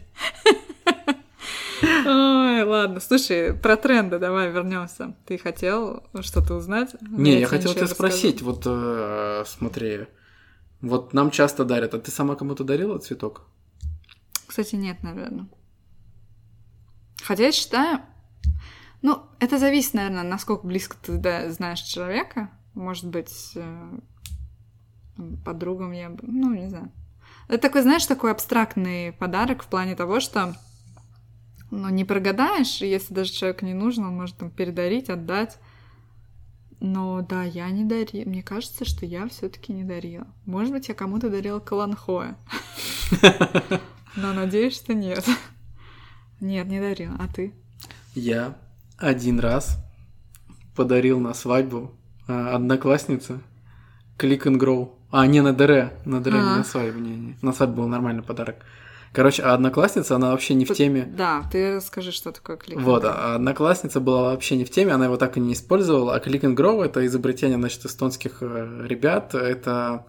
Ой, ладно. Слушай, про тренды давай вернемся. Ты хотел что-то узнать? Не, я хотел тебя спросить. Вот смотри... Вот нам часто дарят. А ты сама кому-то дарила цветок? Кстати, нет, наверное. Хотя я считаю... Ну, это зависит, наверное, насколько близко ты да, знаешь человека. Может быть, подругам я бы... Ну, не знаю. Это такой, знаешь, такой абстрактный подарок в плане того, что ну, не прогадаешь, и если даже человеку не нужно, он может там передарить, отдать. Но да, я не дарила. Мне кажется, что я все-таки не дарила. Может быть, я кому-то дарила каланхоэ. Но надеюсь, что нет. Нет, не дарила. А ты? Я один раз подарил на свадьбу однокласснице Click and Grow. А, не, на ДР. На ДР, не на свадьбу. Не, не. На свадьбу был нормальный подарок. Короче, а одноклассница, она вообще не в теме. Да, ты расскажи, что такое Click and Вот, Grow. а одноклассница была вообще не в теме, она его так и не использовала. А Click and Grow — это изобретение, значит, эстонских э, ребят. Это...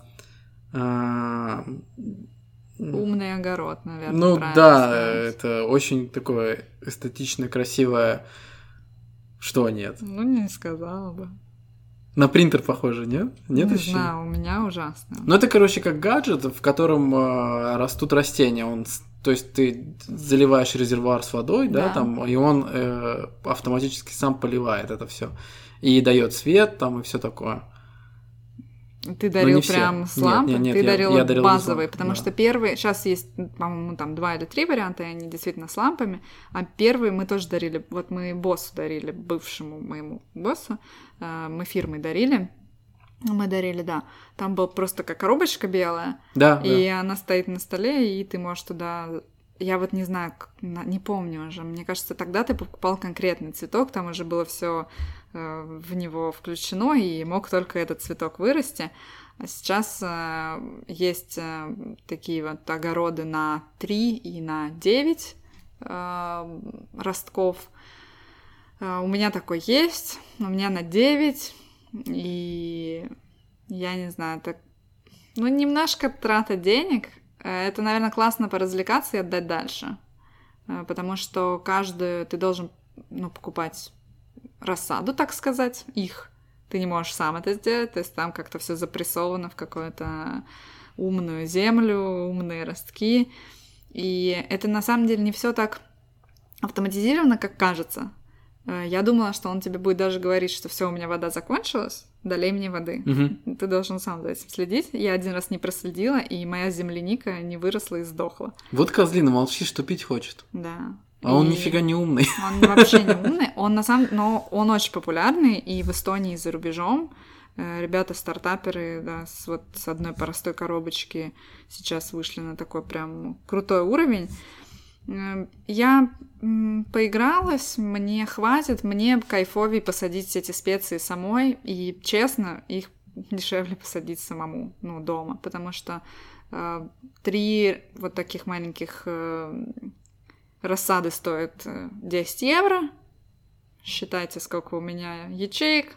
э, Умный огород, наверное. Ну правильно да, сказать. это очень такое эстетично красивое... Что нет? Ну, не сказала бы. На принтер похоже, нет? Нет Не еще? знаю, у меня ужасно. Ну, это, короче, как гаджет, в котором э, растут растения. Он, с- то есть ты заливаешь резервуар с водой, да, Да. там, и он э, автоматически сам поливает это все. И дает свет там и все такое. Ты дарил не все. прям с Нет, лампы? нет, нет, Ты я- дарил, я дарил без базовые, ламп, потому да. что первые... Сейчас есть, по-моему, там два или три варианта, и они действительно с лампами. А первые мы тоже дарили. Вот мы боссу дарили, бывшему моему боссу. э, Мы фирмой дарили. Мы дарили, да. Там была просто как коробочка белая, Да, и да. она стоит на столе, и ты можешь туда... Я вот не знаю, как- на- не помню уже. Мне кажется, тогда ты покупал конкретный цветок, там уже было все в него включено, и мог только этот цветок вырасти. А сейчас э, есть э, такие вот огороды на три и на девять э, ростков. Э, у меня такой есть, у меня на девять, и я не знаю, так, ну, немножко трата денег. Э, Это, наверное, классно поразвлекаться и отдать дальше, Э, потому что каждую ты должен, ну, покупать рассаду, так сказать, их. Ты не можешь сам это сделать, то есть там как-то все запрессовано в какую-то умную землю, умные ростки. И это на самом деле не все так автоматизировано, как кажется. Э, Я думала, что он тебе будет даже говорить, что все, у меня вода закончилась, долей мне воды. Мгм. Ты должен сам за этим следить. Я один раз не проследила, и моя земляника не выросла и сдохла. Вот козлина молчит, что пить хочет. Да. А он И- нифига не умный. Он вообще не умный, он на самом, но он очень популярный и в Эстонии, и за рубежом. Э, Ребята, стартаперы, да, с, вот с одной простой коробочки сейчас вышли на такой прям крутой уровень. Э, Я м, поигралась, мне хватит, мне кайфовее посадить эти специи самой, и, честно, их дешевле посадить самому, ну, дома, потому что э, три вот таких маленьких э, рассады стоят э, десять евро. Считайте, сколько у меня ячеек.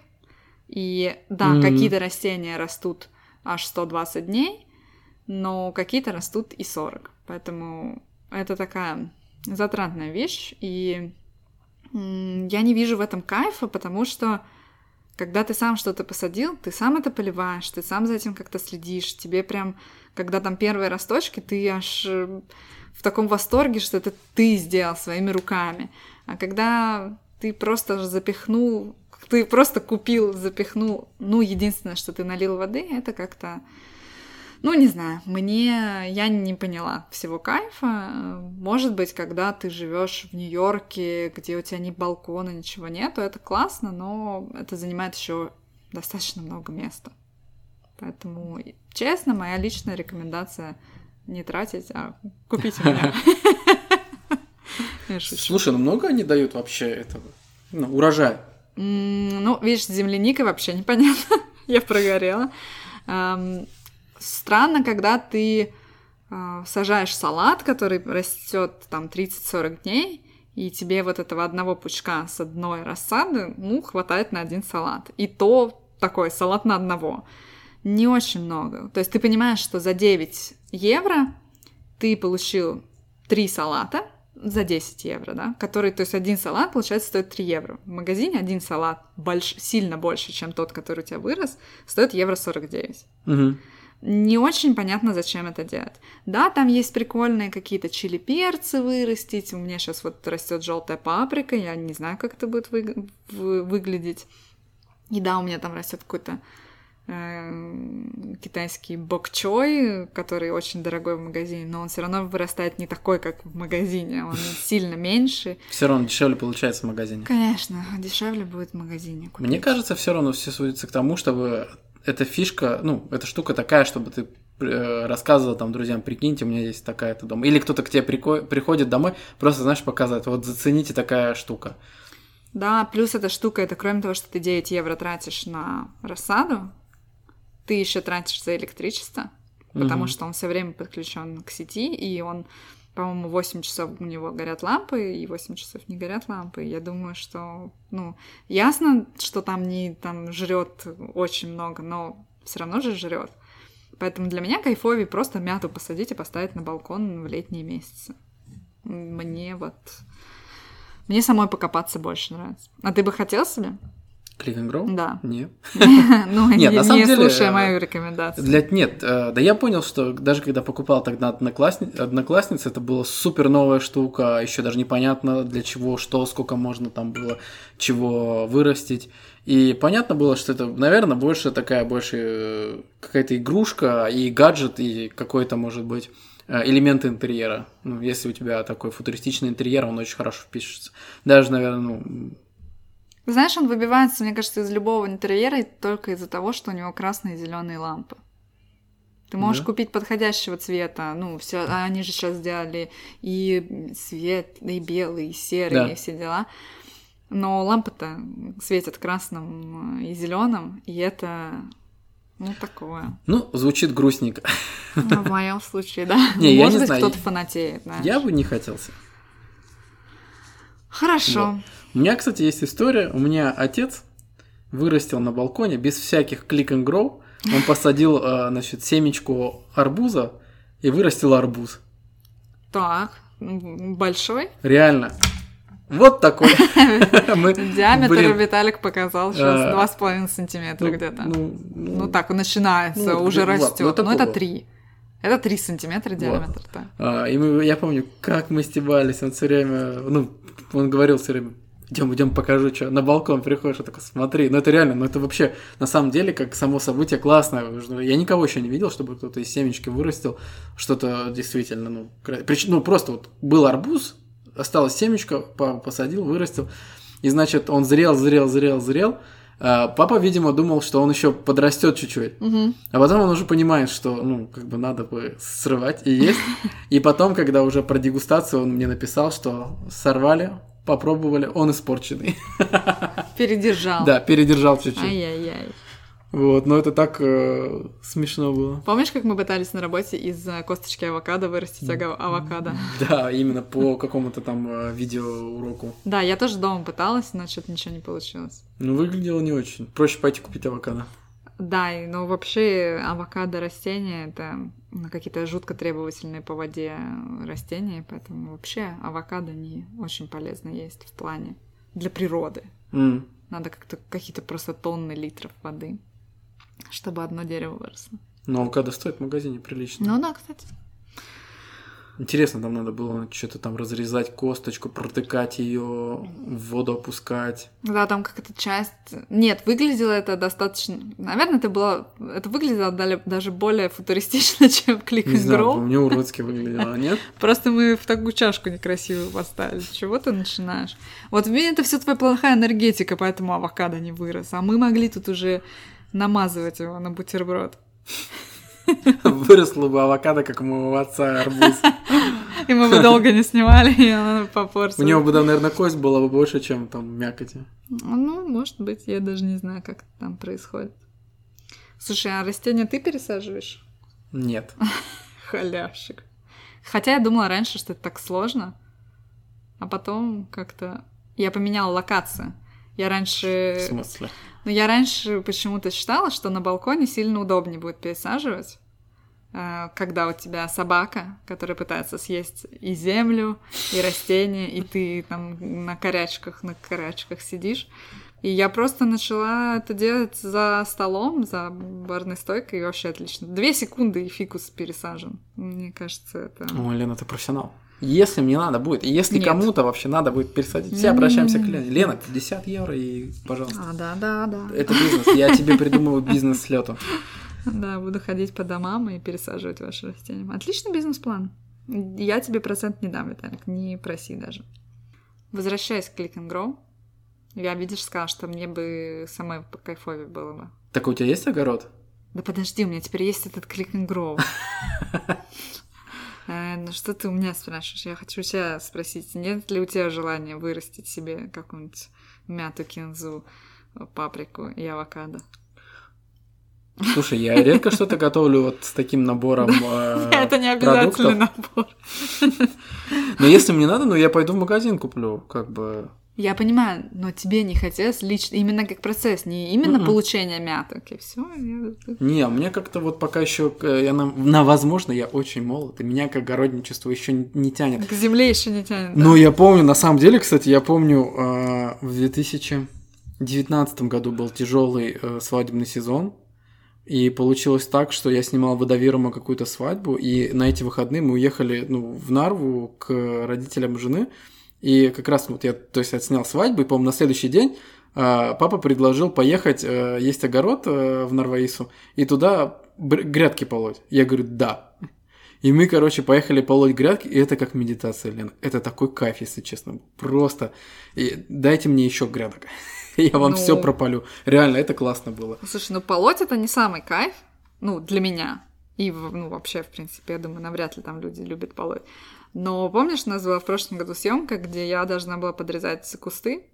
И да, Мгм. какие-то растения растут аж сто двадцать дней, но какие-то растут и сорок. Поэтому это такая затратная вещь. И м, я не вижу в этом кайфа, потому что когда ты сам что-то посадил, ты сам это поливаешь, ты сам за этим как-то следишь. Тебе прям, когда там первые росточки, ты аж э, в таком восторге, что это ты сделал своими руками. А когда ты просто запихнул, ты просто купил, запихнул, ну, единственное, что ты налил воды, это как-то, ну, не знаю, мне, я не поняла всего кайфа. Может быть, когда ты живешь в Нью-Йорке, где у тебя ни балкона, ничего нету, это классно, но это занимает еще достаточно много места. Поэтому, честно, моя личная рекомендация не тратить, а купить у меня. Я шучу. Слушай, ну много они дают вообще этого? Ну, урожай. М, Ну, видишь, с земляникой вообще непонятно. Я прогорела. Ам, Странно, когда ты а, сажаешь салат, который растет там тридцать-сорок дней, и тебе вот этого одного пучка с одной рассады, ну, хватает на один салат. И то такой салат на одного. Не очень много. То есть ты понимаешь, что за девять евро ты получил три салата за десять евро, да, который, то есть один салат, получается, стоит три евро. В магазине один салат больш, сильно больше, чем тот, который у тебя вырос, стоит евро сорок девять. Мгм. Не очень понятно, зачем это делать. Да, там есть прикольные какие-то чили-перцы вырастить. У меня сейчас вот растет желтая паприка, я не знаю, как это будет вы- вы- выглядеть. И да, у меня там растет какой-то э, китайский бокчой, который очень дорогой в магазине, но он все равно вырастает не такой, как в магазине, он сильно меньше. Все равно дешевле получается в магазине. Конечно, дешевле будет в магазине купить. Мне кажется, все равно все сводится к тому, чтобы эта фишка, ну, эта штука такая, чтобы ты э, рассказывал там друзьям, прикиньте, у меня есть такая-то дома. Или кто-то к тебе прико- приходит домой, просто, знаешь, показывает, вот зацените такая штука. Да, плюс эта штука, это кроме того, что ты девять евро тратишь на рассаду, ты еще тратишь за электричество, потому Мгм. что он все время подключен к сети, и он по-моему, восемь часов у него горят лампы, и восемь часов не горят лампы. Я думаю, что, ну, ясно, что там не там жрет очень много, но все равно же жрет. Поэтому для меня кайфовее просто мяту посадить и поставить на балкон в летние месяцы. Мне вот... Мне самой покопаться больше нравится. А ты бы хотел себе? Click and Grow? Да. Нет. Ну, нет, не, на самом не деле, слушая мою рекомендацию. Для, нет, да я понял, что даже когда покупал тогда одноклассниц, одноклассниц, это была супер новая штука, еще даже непонятно для чего, что, сколько можно там было, чего вырастить. И понятно было, что это, наверное, больше такая, больше какая-то игрушка и гаджет, и какой-то, может быть, элемент интерьера. Ну, если у тебя такой футуристичный интерьер, он очень хорошо впишется. Даже, наверное, ну... Знаешь, он выбивается, мне кажется, из любого интерьера только из-за того, что у него красные и зеленые лампы. Ты можешь да? купить подходящего цвета, ну, все, они же сейчас сделали и свет, и белый, и серый, да. и все дела. Но лампы-то светят красным и зеленым, и это, ну, такое. Ну, звучит грустненько. Ну, в моем случае, да. Не, Может я не быть, знаю. кто-то фанатеет, знаешь. Я бы не хотелся. Хорошо. Вот. У меня, кстати, есть история. У меня отец вырастил на балконе без всяких click and grow. Он посадил, значит, семечку арбуза и вырастил арбуз. Так, большой? Реально. Вот такой. Диаметр Виталик показал сейчас два с половиной сантиметра где-то. Ну так, он начинается, уже растет. Ну это три. Это три сантиметра диаметр. Я помню, как мы стебались. Он все время, ну, он говорил все время: идем, идем, покажу, что. На балкон приходишь, я такой: смотри. Ну это реально, ну это вообще на самом деле как само событие классное. Я никого еще не видел, чтобы кто-то из семечки вырастил что-то действительно, ну, ну просто вот был арбуз, осталась семечка, папа посадил, вырастил, и значит он зрел, зрел, зрел, зрел. Папа, видимо, думал, что он еще подрастет чуть-чуть, угу. А потом он уже понимает, что, ну, как бы надо бы срывать и есть. И потом, когда уже про дегустацию, он мне написал, что сорвали, попробовали, он испорченный. Передержал. Да, передержал чуть-чуть. Ай-яй-яй. Вот, но это так э, смешно было. Помнишь, как мы пытались на работе из косточки авокадо вырастить авокадо? Да, именно по какому-то там видеоуроку. Да, я тоже дома пыталась, но что-то ничего не получилось. Ну, выглядело не очень. Проще пойти купить авокадо. Да, но вообще авокадо растения — это какие-то жутко требовательные по воде растения, поэтому вообще авокадо не очень полезно есть в плане для природы. Mm. Надо как-то какие-то просто тонны литров воды, чтобы одно дерево выросло. Но авокадо стоит в магазине прилично. Ну да, кстати. Интересно, там надо было что-то там разрезать косточку, протыкать ее, в воду опускать. Да, там какая-то часть... Нет, выглядело это достаточно... Наверное, это было... Это выглядело даже более футуристично, чем Click and Grow. Не знаю, мне уродски выглядело, нет? Просто мы в такую чашку некрасивую поставили. Чего ты начинаешь? Вот это все твоя плохая энергетика, поэтому авокадо не вырос. А мы могли тут уже намазывать его на бутерброд. Выросло бы авокадо, как у моего отца, арбуз. И мы бы долго не снимали, и она попортилась. У него бы, да, наверное, кость была бы больше, чем там мякоти. Ну, может быть, я даже не знаю, как это там происходит. Слушай, а растения ты пересаживаешь? Нет. Халявщик. Хотя я думала раньше, что это так сложно, а потом как-то... Я поменяла локацию. Я раньше... В смысле? Ну, я раньше почему-то считала, что на балконе сильно удобнее будет пересаживать, когда у тебя собака, которая пытается съесть и землю, и растения, и ты там на корячках, на корячках сидишь. И я просто начала это делать за столом, за барной стойкой, и вообще отлично. Две секунды, и фикус пересажен. Мне кажется, это... Ой, Лена, ты профессионал. Если мне надо будет, если Нет. кому-то вообще надо будет пересадить, все обращаемся к Лене. Лена, пятьдесят евро и, пожалуйста. А, да, да, да. Это бизнес. Я тебе придумываю бизнес с лету. Да, буду ходить по домам и пересаживать ваши растения. Отличный бизнес-план. Я тебе процент не дам, Виталик, не проси даже. Возвращаясь к Click and Grow, я, видишь, сказала, что мне бы самой по кайфовее было бы. Так у тебя есть огород? Да подожди, у меня теперь есть этот Click and Grow. Ну что ты у меня спрашиваешь? Я хочу тебя спросить, нет ли у тебя желания вырастить себе какую-нибудь мяту, кинзу, паприку и авокадо? Слушай, я редко что-то готовлю вот с таким набором э, Это не обязательный набор. Но если мне надо, ну я пойду в магазин куплю, как бы... Я понимаю, но тебе не хотелось лично, именно как процесс, не именно Mm-mm. получение мяток, и все. Не, мне как-то вот пока еще, я на, на возможно, я очень молод, и меня к огородничеству еще не, не тянет. К земле еще не тянет. Ну, да? я помню, на самом деле, кстати, я помню, э, в две тысячи девятнадцатом году был тяжелый э, свадебный сезон, и получилось так, что я снимал в Водовирума какую-то свадьбу, и на эти выходные мы уехали ну, в Нарву к родителям жены. И как раз вот я, то есть, отснял свадьбу, и, по-моему, на следующий день э, папа предложил поехать, э, есть огород э, в Нарваису, и туда бр- грядки полоть. Я говорю, да. И мы, короче, поехали полоть грядки, и это как медитация, Лен. Это такой кайф, если честно. Просто и дайте мне еще грядок. Я вам Ну... все пропалю. Реально, это классно было. Слушай, ну полоть это не самый кайф, ну, для меня. И, ну, вообще, в принципе, я думаю, навряд ли там люди любят полоть. Но помнишь, у нас была в прошлом году съемка, где я должна была подрезать кусты?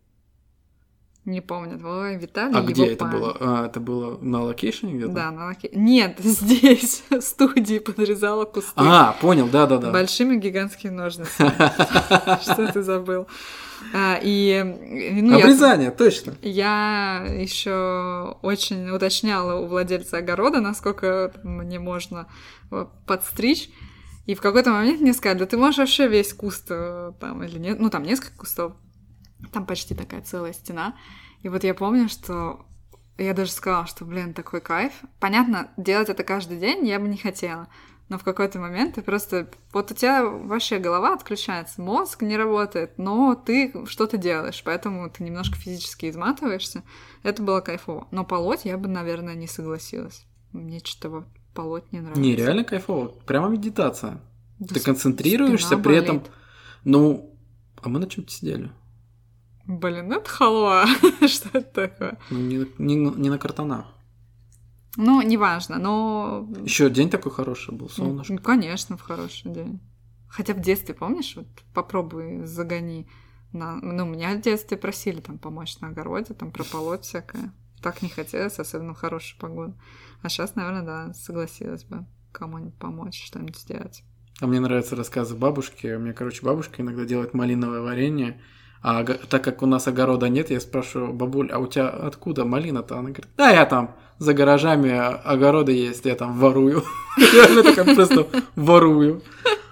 Не помню. Ой, Виталий. А где его это память. было? А, это было на локейшене где-то? Да, на локейшене. Нет, здесь, в студии подрезала кусты. А, понял, да-да-да. Большими гигантскими ножницами. Что ты забыл? И, ну, Обрезание, я, точно. Я еще очень уточняла у владельца огорода, насколько мне можно подстричь. И в какой-то момент мне сказали, да ты можешь вообще весь куст там или нет. Ну, там несколько кустов. Там почти такая целая стена. И вот я помню, что я даже сказала, что, блин, такой кайф. Понятно, делать это каждый день я бы не хотела. Но в какой-то момент ты просто... Вот у тебя вообще голова отключается, мозг не работает, но ты что-то делаешь, поэтому ты немножко физически изматываешься. Это было кайфово. Но полоть я бы, наверное, не согласилась. Мне что-то полоть не нравится. Не, реально кайфово. Прямо медитация. Да, ты концентрируешься, при болит. этом... Ну, а мы на чем-то сидели. Блин, это халва. Что это такое? Ну, не, не, не на картонах. Ну, неважно, но... Еще день такой хороший был, солнышко. Ну, конечно, в хороший день. Хотя в детстве, помнишь, вот попробуй загони. На... Ну, меня в детстве просили там помочь на огороде, там прополоть всякое. Так не хотелось, особенно в хорошую погоду. А сейчас, наверное, да, согласилась бы кому-нибудь помочь, что-нибудь сделать. А мне нравятся рассказы бабушки. У меня, короче, бабушка иногда делает малиновое варенье. А так как у нас огорода нет, я спрашиваю, бабуль, а у тебя откуда малина-то? Она говорит, да, я там за гаражами огороды есть, я там ворую. Я такая просто ворую.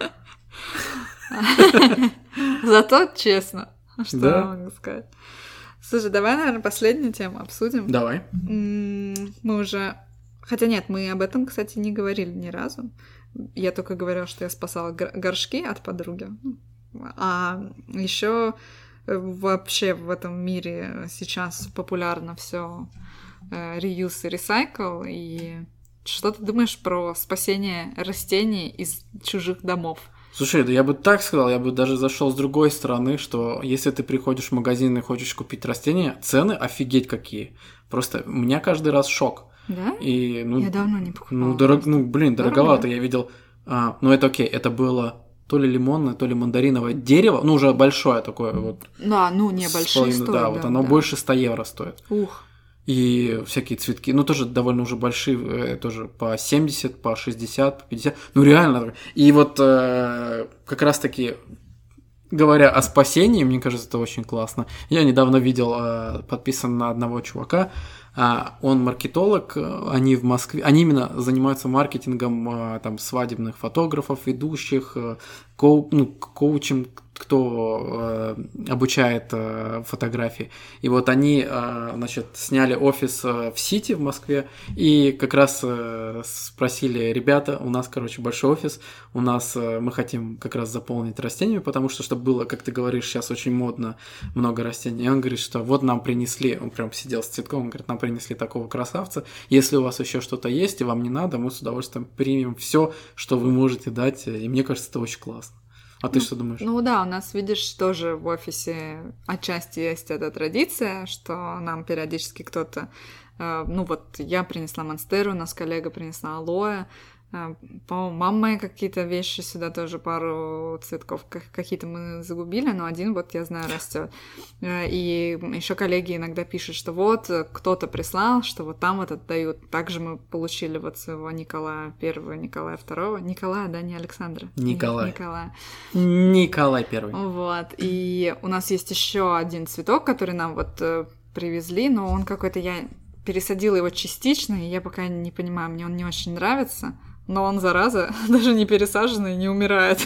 Зато честно, что Да. я могу сказать. Слушай, давай, наверное, последнюю тему обсудим. Давай. Мы уже... Хотя нет, мы об этом, кстати, не говорили ни разу. Я только говорила, что я спасала горшки от подруги. А еще вообще в этом мире сейчас популярно все reuse и recycle. И что ты думаешь про спасение растений из чужих домов? Слушай, да я бы так сказал, я бы даже зашел с другой стороны, что если ты приходишь в магазин и хочешь купить растения, цены офигеть какие. Просто у меня каждый раз шок. Да? И, ну, я давно не покупала. Ну, дорог, ну блин, Дорого? дороговато. Я видел... А, ну, это окей, это было то ли лимонное, то ли мандариновое дерево, ну, уже большое такое вот. Да, ну, небольшие стоят. Да, вот оно да. больше ста евро стоит. Ух. И всякие цветки, ну, тоже довольно уже большие, тоже по семьдесят, по шестьдесят, по пятьдесят. Ну, реально. И вот э, как раз-таки, говоря о спасении, мне кажется, это очень классно. Я недавно видел, э, подписан на одного чувака, э, он маркетолог, они в Москве, они именно занимаются маркетингом э, там, свадебных фотографов, ведущих, э, коу, ну, коучем, кто э, обучает э, фотографии. И вот они, э, значит, сняли офис э, в Сити в Москве и как раз э, спросили, ребята, у нас, короче, большой офис, у нас э, мы хотим как раз заполнить растениями, потому что, чтобы было, как ты говоришь, сейчас очень модно много растений. И он говорит, что вот нам принесли, он прям сидел с цветком, он говорит, нам принесли такого красавца, если у вас еще что-то есть и вам не надо, мы с удовольствием примем все, что вы можете дать, и мне кажется, это очень классно. А ты ну, что думаешь? Ну да, у нас, видишь, тоже в офисе отчасти есть эта традиция, что нам периодически кто-то... Э, ну вот я принесла монстеру, у нас коллега принесла алоэ, По-моему, мама какие-то вещи сюда тоже, пару цветков какие-то мы загубили, но один вот, я знаю, растет. И еще коллеги иногда пишут, что вот кто-то прислал, что вот там вот отдают. Также мы получили вот своего Николая Первого, Николая Второго. Николая, да, не Александра? Николай. Николая. Николай Первый. Вот. И у нас есть еще один цветок, который нам вот привезли, но он какой-то, я пересадила его частично, и я пока не понимаю, мне он не очень нравится. Но он, зараза, даже не пересаженный, не умирает.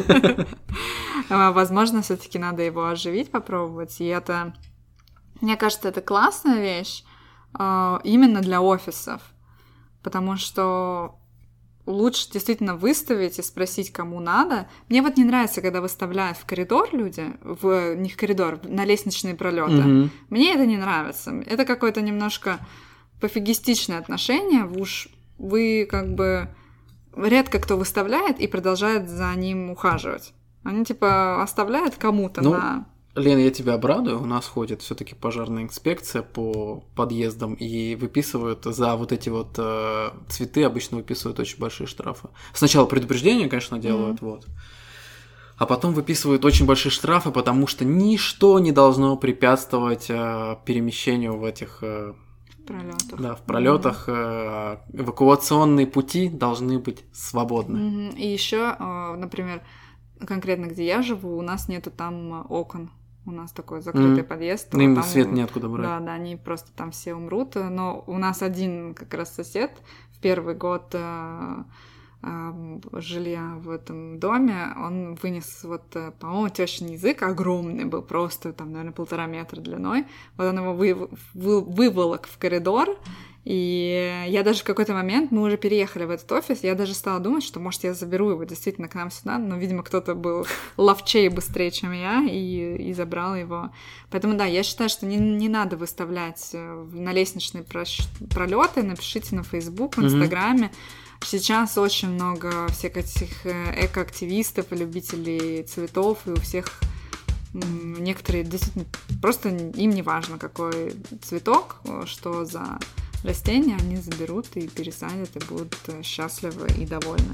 Возможно, все-таки надо его оживить, попробовать. И это, мне кажется, это классная вещь именно для офисов. Потому что лучше действительно выставить и спросить, кому надо. Мне вот не нравится, когда выставляют в коридор люди, в не в коридор, на лестничные пролеты. Mm-hmm. Мне это не нравится. Это какое-то немножко пофигистичное отношение. Уж вы как бы... Редко кто выставляет и продолжает за ним ухаживать. Они типа оставляют кому-то ну, на... Лена, я тебя обрадую. У нас ходит все-таки пожарная инспекция по подъездам и выписывают за вот эти вот э, цветы, обычно выписывают очень большие штрафы. Сначала предупреждение, конечно, делают, mm-hmm. вот. А потом выписывают очень большие штрафы, потому что ничто не должно препятствовать э, перемещению в этих... Э, пролетах. Да, в пролетах mm-hmm. э, эвакуационные пути должны быть свободны. Mm-hmm. И еще, э, например, конкретно где я живу, у нас нету там окон. У нас такой закрытый mm-hmm. подъезд. Ну, им там, свет неоткуда брать. Да, да, они просто там все умрут. Но у нас один как раз сосед в первый год э, э, жилья в этом доме, он вынес вот, по-моему, тёщин язык огромный был, просто там, наверное, полтора метра длиной. Вот он его вы, вы, выволок в коридор. И я даже в какой-то момент, мы уже переехали в этот офис, я даже стала думать, что, может, я заберу его действительно к нам сюда, но, видимо, кто-то был ловчей быстрее, чем я, и, и забрал его. Поэтому, да, я считаю, что не, не надо выставлять на лестничные пролеты, напишите на Facebook, в Инстаграме. Mm-hmm. Сейчас очень много всех этих экоактивистов и любителей цветов, и у всех... Некоторые действительно просто им не важно, какой цветок, что за растения, они заберут и пересадят, и будут счастливы и довольны.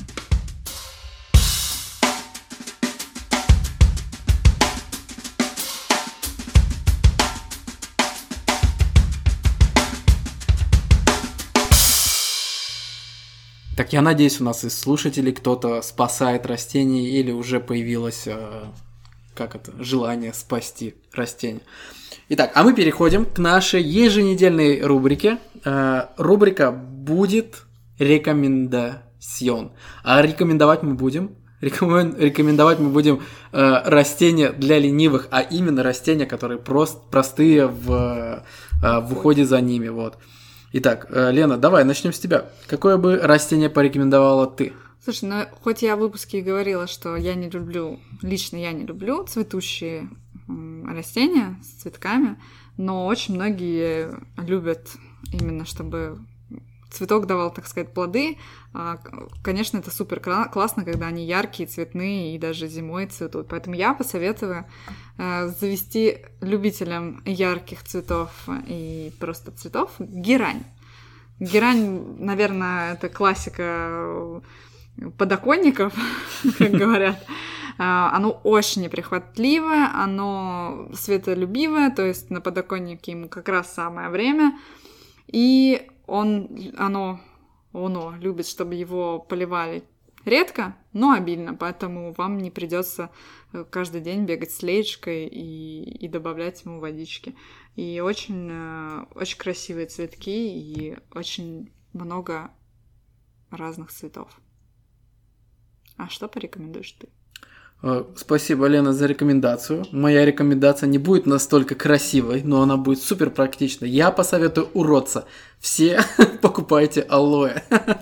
Так, я надеюсь, у нас из слушателей кто-то спасает растения или уже появилось... как это, желание спасти растения. Итак, а мы переходим к нашей еженедельной рубрике. Э, рубрика будет рекомендацион. А рекомендовать мы будем, рекомен, рекомендовать мы будем э, растения для ленивых, а именно растения, которые прост, простые в, э, в уходе за ними. Вот. Итак, э, Лена, давай начнем с тебя. Какое бы растение порекомендовала ты? Слушай, ну хоть я в выпуске и говорила, что я не люблю, лично я не люблю цветущие растения с цветками, но очень многие любят именно, чтобы цветок давал, так сказать, плоды. Конечно, это супер классно, когда они яркие, цветные и даже зимой цветут. Поэтому я посоветую завести любителям ярких цветов и просто цветов герань. Герань, наверное, это классика подоконников, как говорят. Оно очень неприхватливое, оно светолюбивое, то есть на подоконнике ему как раз самое время. И он, оно, оно любит, чтобы его поливали редко, но обильно, поэтому вам не придется каждый день бегать с леечкой и, и добавлять ему водички. И очень, очень красивые цветки и очень много разных цветов. А что порекомендуешь ты? Спасибо, Лена, за рекомендацию. Моя рекомендация не будет настолько красивой, но она будет супер практичной. Я посоветую уродца. Все покупайте алоэ.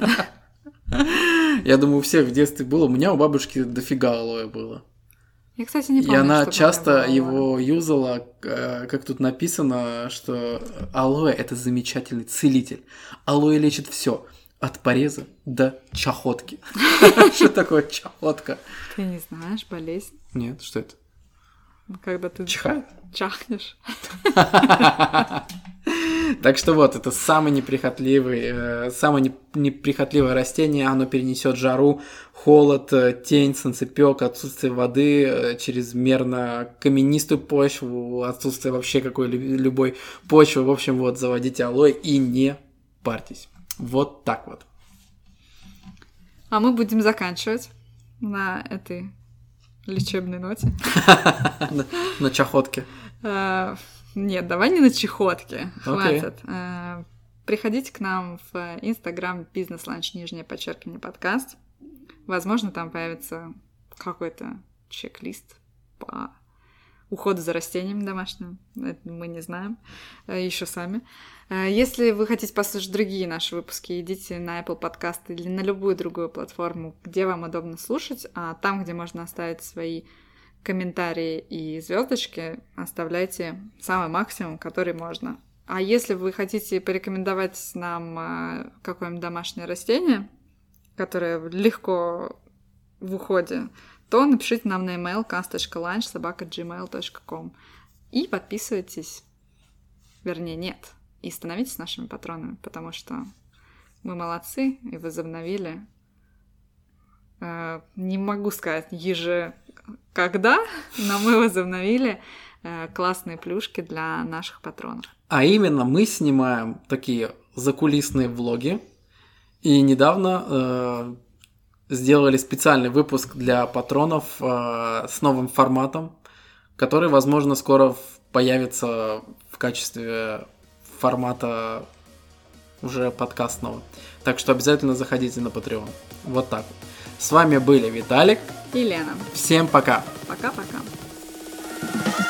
Я думаю, у всех в детстве было. У меня у бабушки дофига алоэ было. Я, кстати, не помню, и она часто его юзала, как тут написано, что алоэ – это замечательный целитель. Алоэ лечит все. От пореза до чахотки. Что такое чахотка? Ты не знаешь болезнь? Нет, что это? Когда ты чихает? Чахнешь. Так что вот, это самый неприхотливый, э, самое неприхотливое растение, оно перенесет жару, холод, тень, солнцепёк, отсутствие воды, э, чрезмерно каменистую почву, отсутствие вообще какой-либо почвы. В общем, вот, заводите алоэ и не парьтесь. Вот так вот. А мы будем заканчивать на этой лечебной ноте. На чахотке. Нет, давай не на чехотке, хватит. Приходите к нам в Инстаграм бизнес-ланч, нижнее подчеркивание, подкаст. Возможно, там появится какой-то чек-лист по уходу за растениями домашним. Это мы не знаем еще сами. Если вы хотите послушать другие наши выпуски, идите на Apple Podcast или на любую другую платформу, где вам удобно слушать, а там, где можно оставить свои комментарии и звездочки, оставляйте самый максимум, который можно. А если вы хотите порекомендовать нам какое-нибудь домашнее растение, которое легко в уходе, то напишите нам на email cast точка lunch собака gmail точка com и подписывайтесь, вернее, нет, и становитесь нашими патронами, потому что мы молодцы и возобновили. Э, не могу сказать еже когда, но мы возобновили э, классные плюшки для наших патронов. А именно мы снимаем такие закулисные влоги, и недавно э, сделали специальный выпуск для патронов э, с новым форматом, который, возможно, скоро появится в качестве формата уже подкастного. Так что обязательно заходите на Patreon. Вот так вот. С вами были Виталик и Лена. Всем пока. Пока-пока.